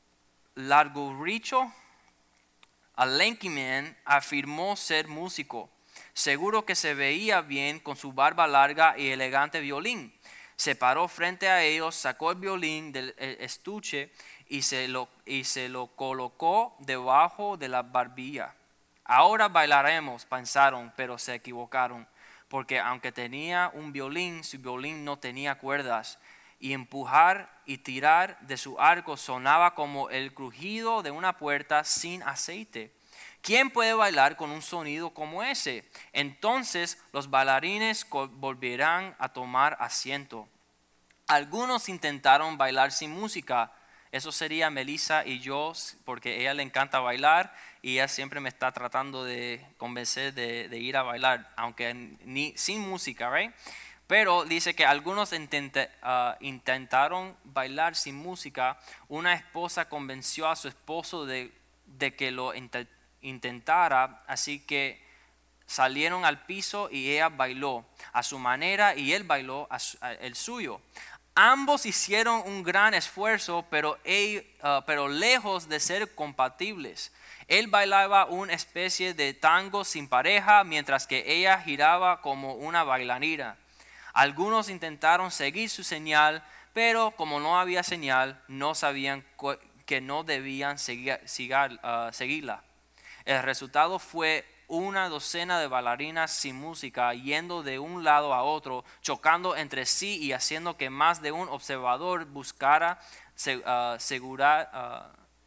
larguricho, a lanky man, afirmó ser músico. Seguro que se veía bien con su barba larga y elegante violín. Se paró frente a ellos, sacó el violín del estuche y se lo colocó debajo de la barbilla. Ahora bailaremos, pensaron, pero se equivocaron, porque aunque tenía un violín, su violín no tenía cuerdas, y empujar y tirar de su arco sonaba como el crujido de una puerta sin aceite. ¿Quién puede bailar con un sonido como ese? Entonces los bailarines volverán a tomar asiento. Algunos intentaron bailar sin música. Eso sería Melissa y yo, porque a ella le encanta bailar y ella siempre me está tratando de convencer de ir a bailar, aunque sin música, ¿right? Pero dice que algunos intentaron bailar sin música. Una esposa convenció a su esposo de que lo intentara, así que salieron al piso y ella bailó a su manera y él bailó el suyo. Ambos hicieron un gran esfuerzo, pero lejos de ser compatibles. Él bailaba una especie de tango sin pareja, mientras que ella giraba como una bailarina. Algunos intentaron seguir su señal, pero como no había señal, no sabían que no debían seguirla. El resultado fue una docena de bailarinas sin música, yendo de un lado a otro, chocando entre sí y haciendo que más de un observador buscara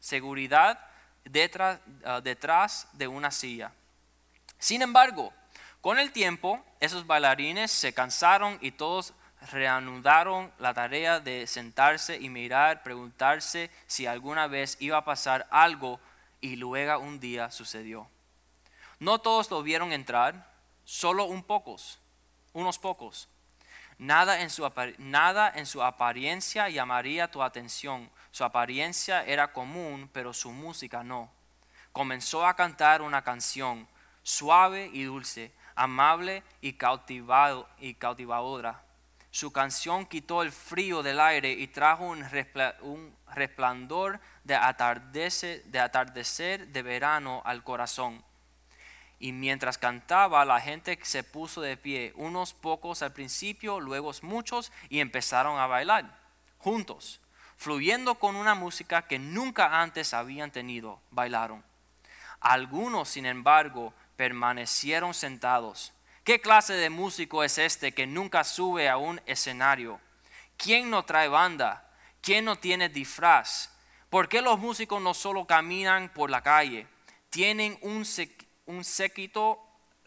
seguridad detrás de una silla. Sin embargo, con el tiempo, esos bailarines se cansaron y todos reanudaron la tarea de sentarse y mirar, preguntarse si alguna vez iba a pasar algo, y luego un día sucedió. No todos lo vieron entrar, solo unos pocos. Nada en su apariencia llamaría tu atención. Su apariencia era común, pero su música no. Comenzó a cantar una canción suave y dulce, amable y cautivadora. Su canción quitó el frío del aire y trajo un resplandor de atardecer de verano al corazón. Y mientras cantaba, la gente se puso de pie, unos pocos al principio, luego muchos, y empezaron a bailar juntos, fluyendo con una música que nunca antes habían tenido. Bailaron. Algunos, sin embargo, permanecieron sentados. ¿Qué clase de músico es este que nunca sube a un escenario? ¿Quién no trae banda? ¿Quién no tiene disfraz? ¿Por qué los músicos no solo caminan por la calle? Tienen un séquito,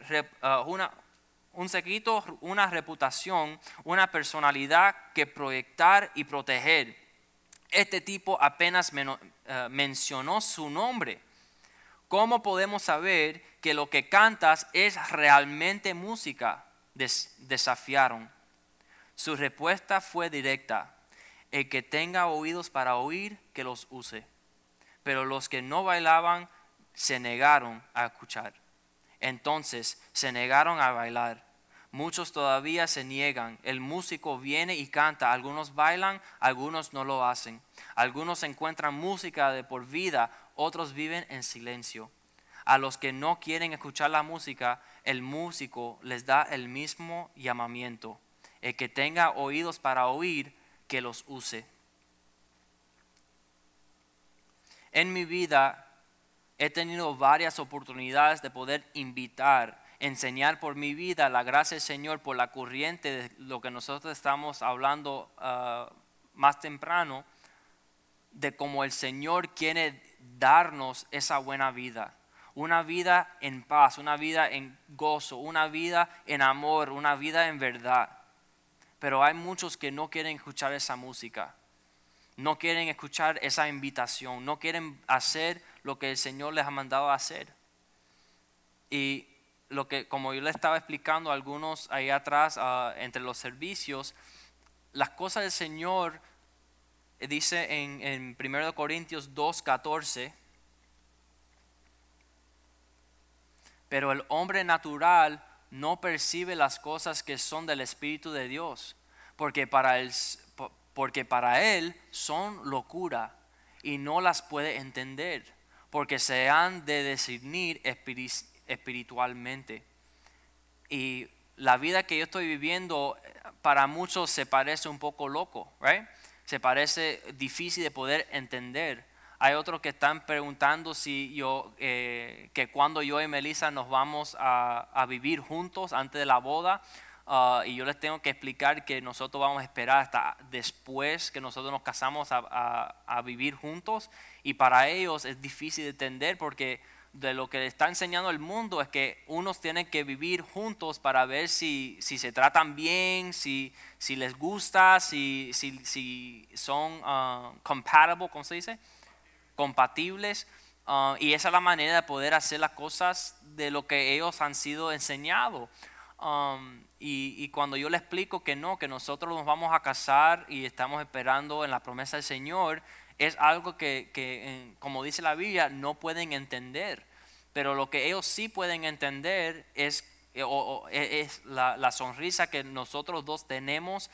una reputación, una personalidad que proyectar y proteger. Este tipo apenas mencionó su nombre. ¿Cómo podemos saber que lo que cantas es realmente música? Desafiaron. Su respuesta fue directa. El que tenga oídos para oír, que los use. Pero los que no bailaban se negaron a escuchar. Entonces se negaron a bailar. Muchos todavía se niegan. El músico viene y canta. Algunos bailan, algunos no lo hacen. Algunos encuentran música de por vida, otros viven en silencio. A los que no quieren escuchar la música, el músico les da el mismo llamamiento. El que tenga oídos para oír, que los use. En mi vida he tenido varias oportunidades de poder enseñar por mi vida la gracia del Señor por la corriente de lo que nosotros estamos hablando más temprano, de cómo el Señor quiere darnos esa buena vida. Una vida en paz, una vida en gozo, una vida en amor, una vida en verdad. Pero hay muchos que no quieren escuchar esa música. No quieren escuchar esa invitación. No quieren hacer lo que el Señor les ha mandado a hacer. Y como yo les estaba explicando a algunos ahí atrás, entre los servicios, las cosas del Señor, dice en 1 Corintios 2:14, pero el hombre natural no percibe las cosas que son del Espíritu de Dios, porque para él son locura y no las puede entender, porque se han de discernir espiritualmente. Y la vida que yo estoy viviendo para muchos se parece un poco loco, right? Se parece difícil de poder entender. Hay otros que están preguntando si que cuando yo y Melissa nos vamos a vivir juntos antes de la boda. Y yo les tengo que explicar que nosotros vamos a esperar hasta después que nosotros nos casamos a vivir juntos. Y para ellos es difícil de entender porque de lo que está enseñando el mundo es que unos tienen que vivir juntos para ver si se tratan bien, si les gusta, si son compatible, ¿cómo se dice? Compatibles, y esa es la manera de poder hacer las cosas de lo que ellos han sido enseñados. Y cuando yo les explico que nosotros nos vamos a casar y estamos esperando en la promesa del Señor, es algo que como dice la Biblia, no pueden entender. Pero lo que ellos sí pueden entender es la sonrisa que nosotros dos tenemos,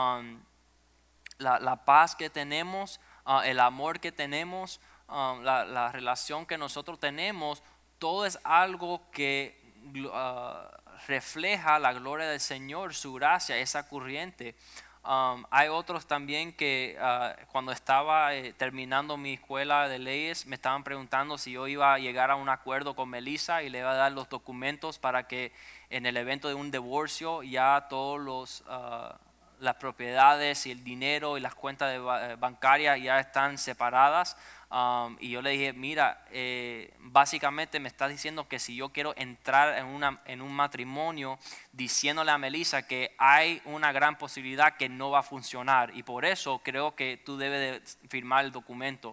la paz que tenemos, el amor que tenemos, la relación que nosotros tenemos. Todo es algo que refleja la gloria del Señor, su gracia, esa corriente. Hay otros también que cuando estaba terminando mi escuela de leyes me estaban preguntando si yo iba a llegar a un acuerdo con Melissa y le iba a dar los documentos para que en el evento de un divorcio ya todos las propiedades y el dinero y las cuentas bancarias ya están separadas. Y yo le dije, mira, básicamente me estás diciendo que si yo quiero entrar en un matrimonio, diciéndole a Melissa que hay una gran posibilidad que no va a funcionar, y por eso creo que tú debes de firmar el documento.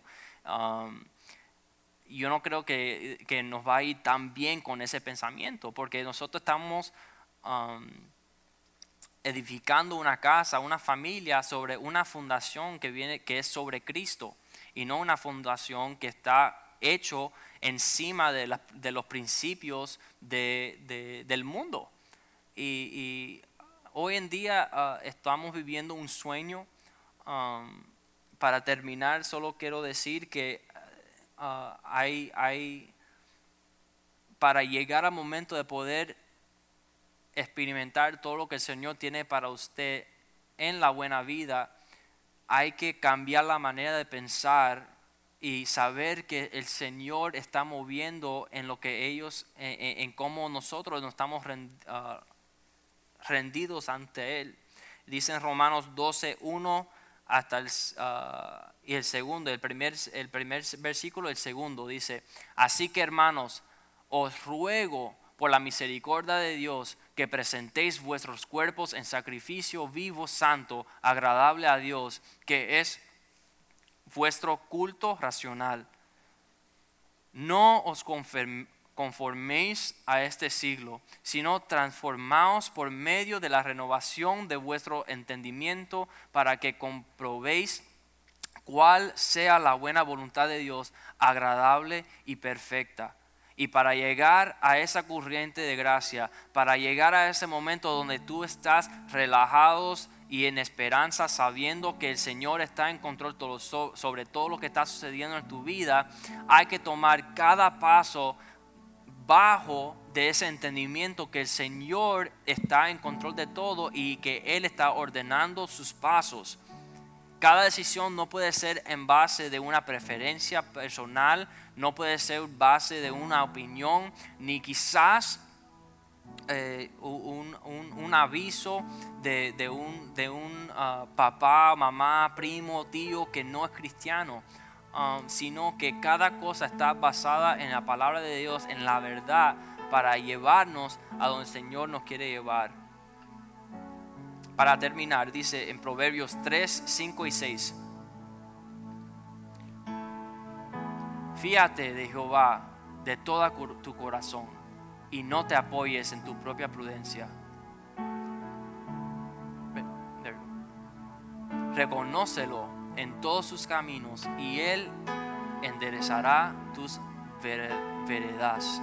Yo no creo que nos va a ir tan bien con ese pensamiento, porque nosotros estamos edificando una casa, una familia sobre una fundación que es sobre Cristo, y no una fundación que está hecho encima de los principios del mundo. Y hoy en día estamos viviendo un sueño. Para terminar, solo quiero decir que para llegar al momento de poder experimentar todo lo que el Señor tiene para usted en la buena vida, hay que cambiar la manera de pensar y saber que el Señor está moviendo en lo que ellos, en cómo nosotros nos estamos rendidos ante Él. Dice en Romanos 12:1 hasta el segundo, el primer versículo, el segundo dice: así que, hermanos, os ruego por la misericordia de Dios que presentéis vuestros cuerpos en sacrificio vivo, santo, agradable a Dios, que es vuestro culto racional. No os conforméis a este siglo, sino transformaos por medio de la renovación de vuestro entendimiento, para que comprobéis cuál sea la buena voluntad de Dios, agradable y perfecta. Y para llegar a esa corriente de gracia, para llegar a ese momento donde tú estás relajados y en esperanza, sabiendo que el Señor está en control sobre todo lo que está sucediendo en tu vida, hay que tomar cada paso bajo de ese entendimiento que el Señor está en control de todo y que Él está ordenando sus pasos. Cada decisión no puede ser en base de una preferencia personal, no puede ser base de una opinión, ni quizás un aviso de un papá, mamá, primo, tío que no es cristiano, sino que cada cosa está basada en la palabra de Dios, en la verdad, para llevarnos a donde el Señor nos quiere llevar. Para terminar, dice en Proverbios 3, 5 y 6: fíate de Jehová de todo tu corazón y no te apoyes en tu propia prudencia. Reconócelo en todos sus caminos y Él enderezará tus veredas.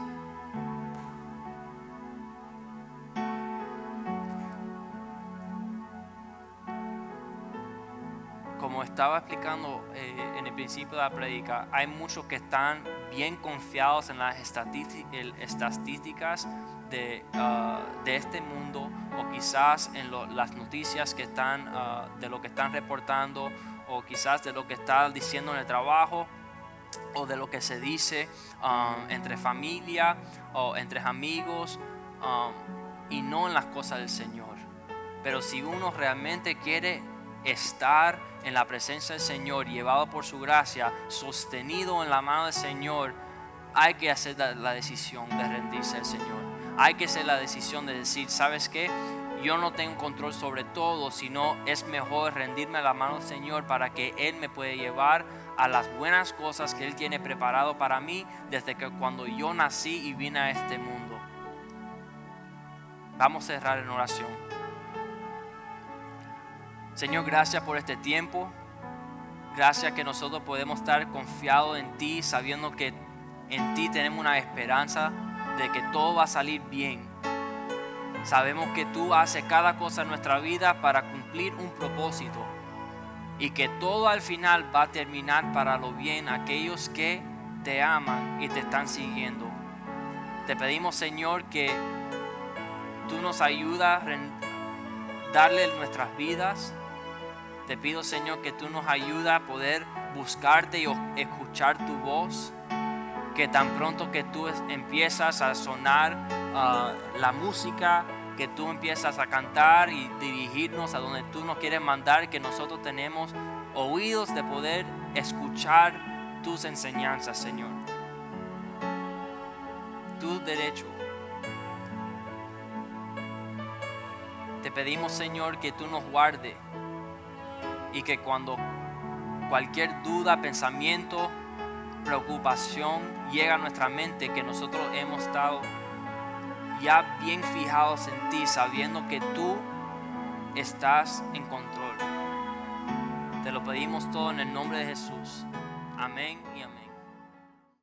Como estaba explicando en el principio de la prédica, hay muchos que están bien confiados en las estadísticas de este mundo, o quizás en las noticias que están de lo que están reportando, o quizás de lo que están diciendo en el trabajo, o de lo que se dice entre familia o entre amigos, y no en las cosas del Señor. Pero si uno realmente quiere estar en la presencia del Señor, llevado por su gracia, sostenido en la mano del Señor, hay que hacer la decisión de rendirse al Señor. Hay que hacer la decisión de decir: ¿sabes qué? Yo no tengo control sobre todo, sino es mejor rendirme a la mano del Señor, para que Él me puede llevar a las buenas cosas que Él tiene preparado para mí desde que cuando yo nací y vine a este mundo. Vamos a cerrar en oración. Señor, gracias por este tiempo. Gracias que nosotros podemos estar confiados en ti, sabiendo que en ti tenemos una esperanza de que todo va a salir bien. Sabemos que tú haces cada cosa en nuestra vida para cumplir un propósito, y que todo al final va a terminar para lo bien aquellos que te aman y te están siguiendo. Te pedimos, Señor, que tú nos ayudas a darle nuestras vidas. Te pido, Señor, que tú nos ayudas a poder buscarte y escuchar tu voz. Que tan pronto que tú empiezas a sonar la música que tú empiezas a cantar y dirigirnos a donde tú nos quieres mandar, que nosotros tenemos oídos de poder escuchar tus enseñanzas, Señor. Tu derecho. Te pedimos, Señor, que tú nos guardes y que cuando cualquier duda, pensamiento, preocupación llega a nuestra mente, que nosotros hemos estado ya bien fijados en ti, sabiendo que tú estás en control. Te lo pedimos todo en el nombre de Jesús. Amén y amén.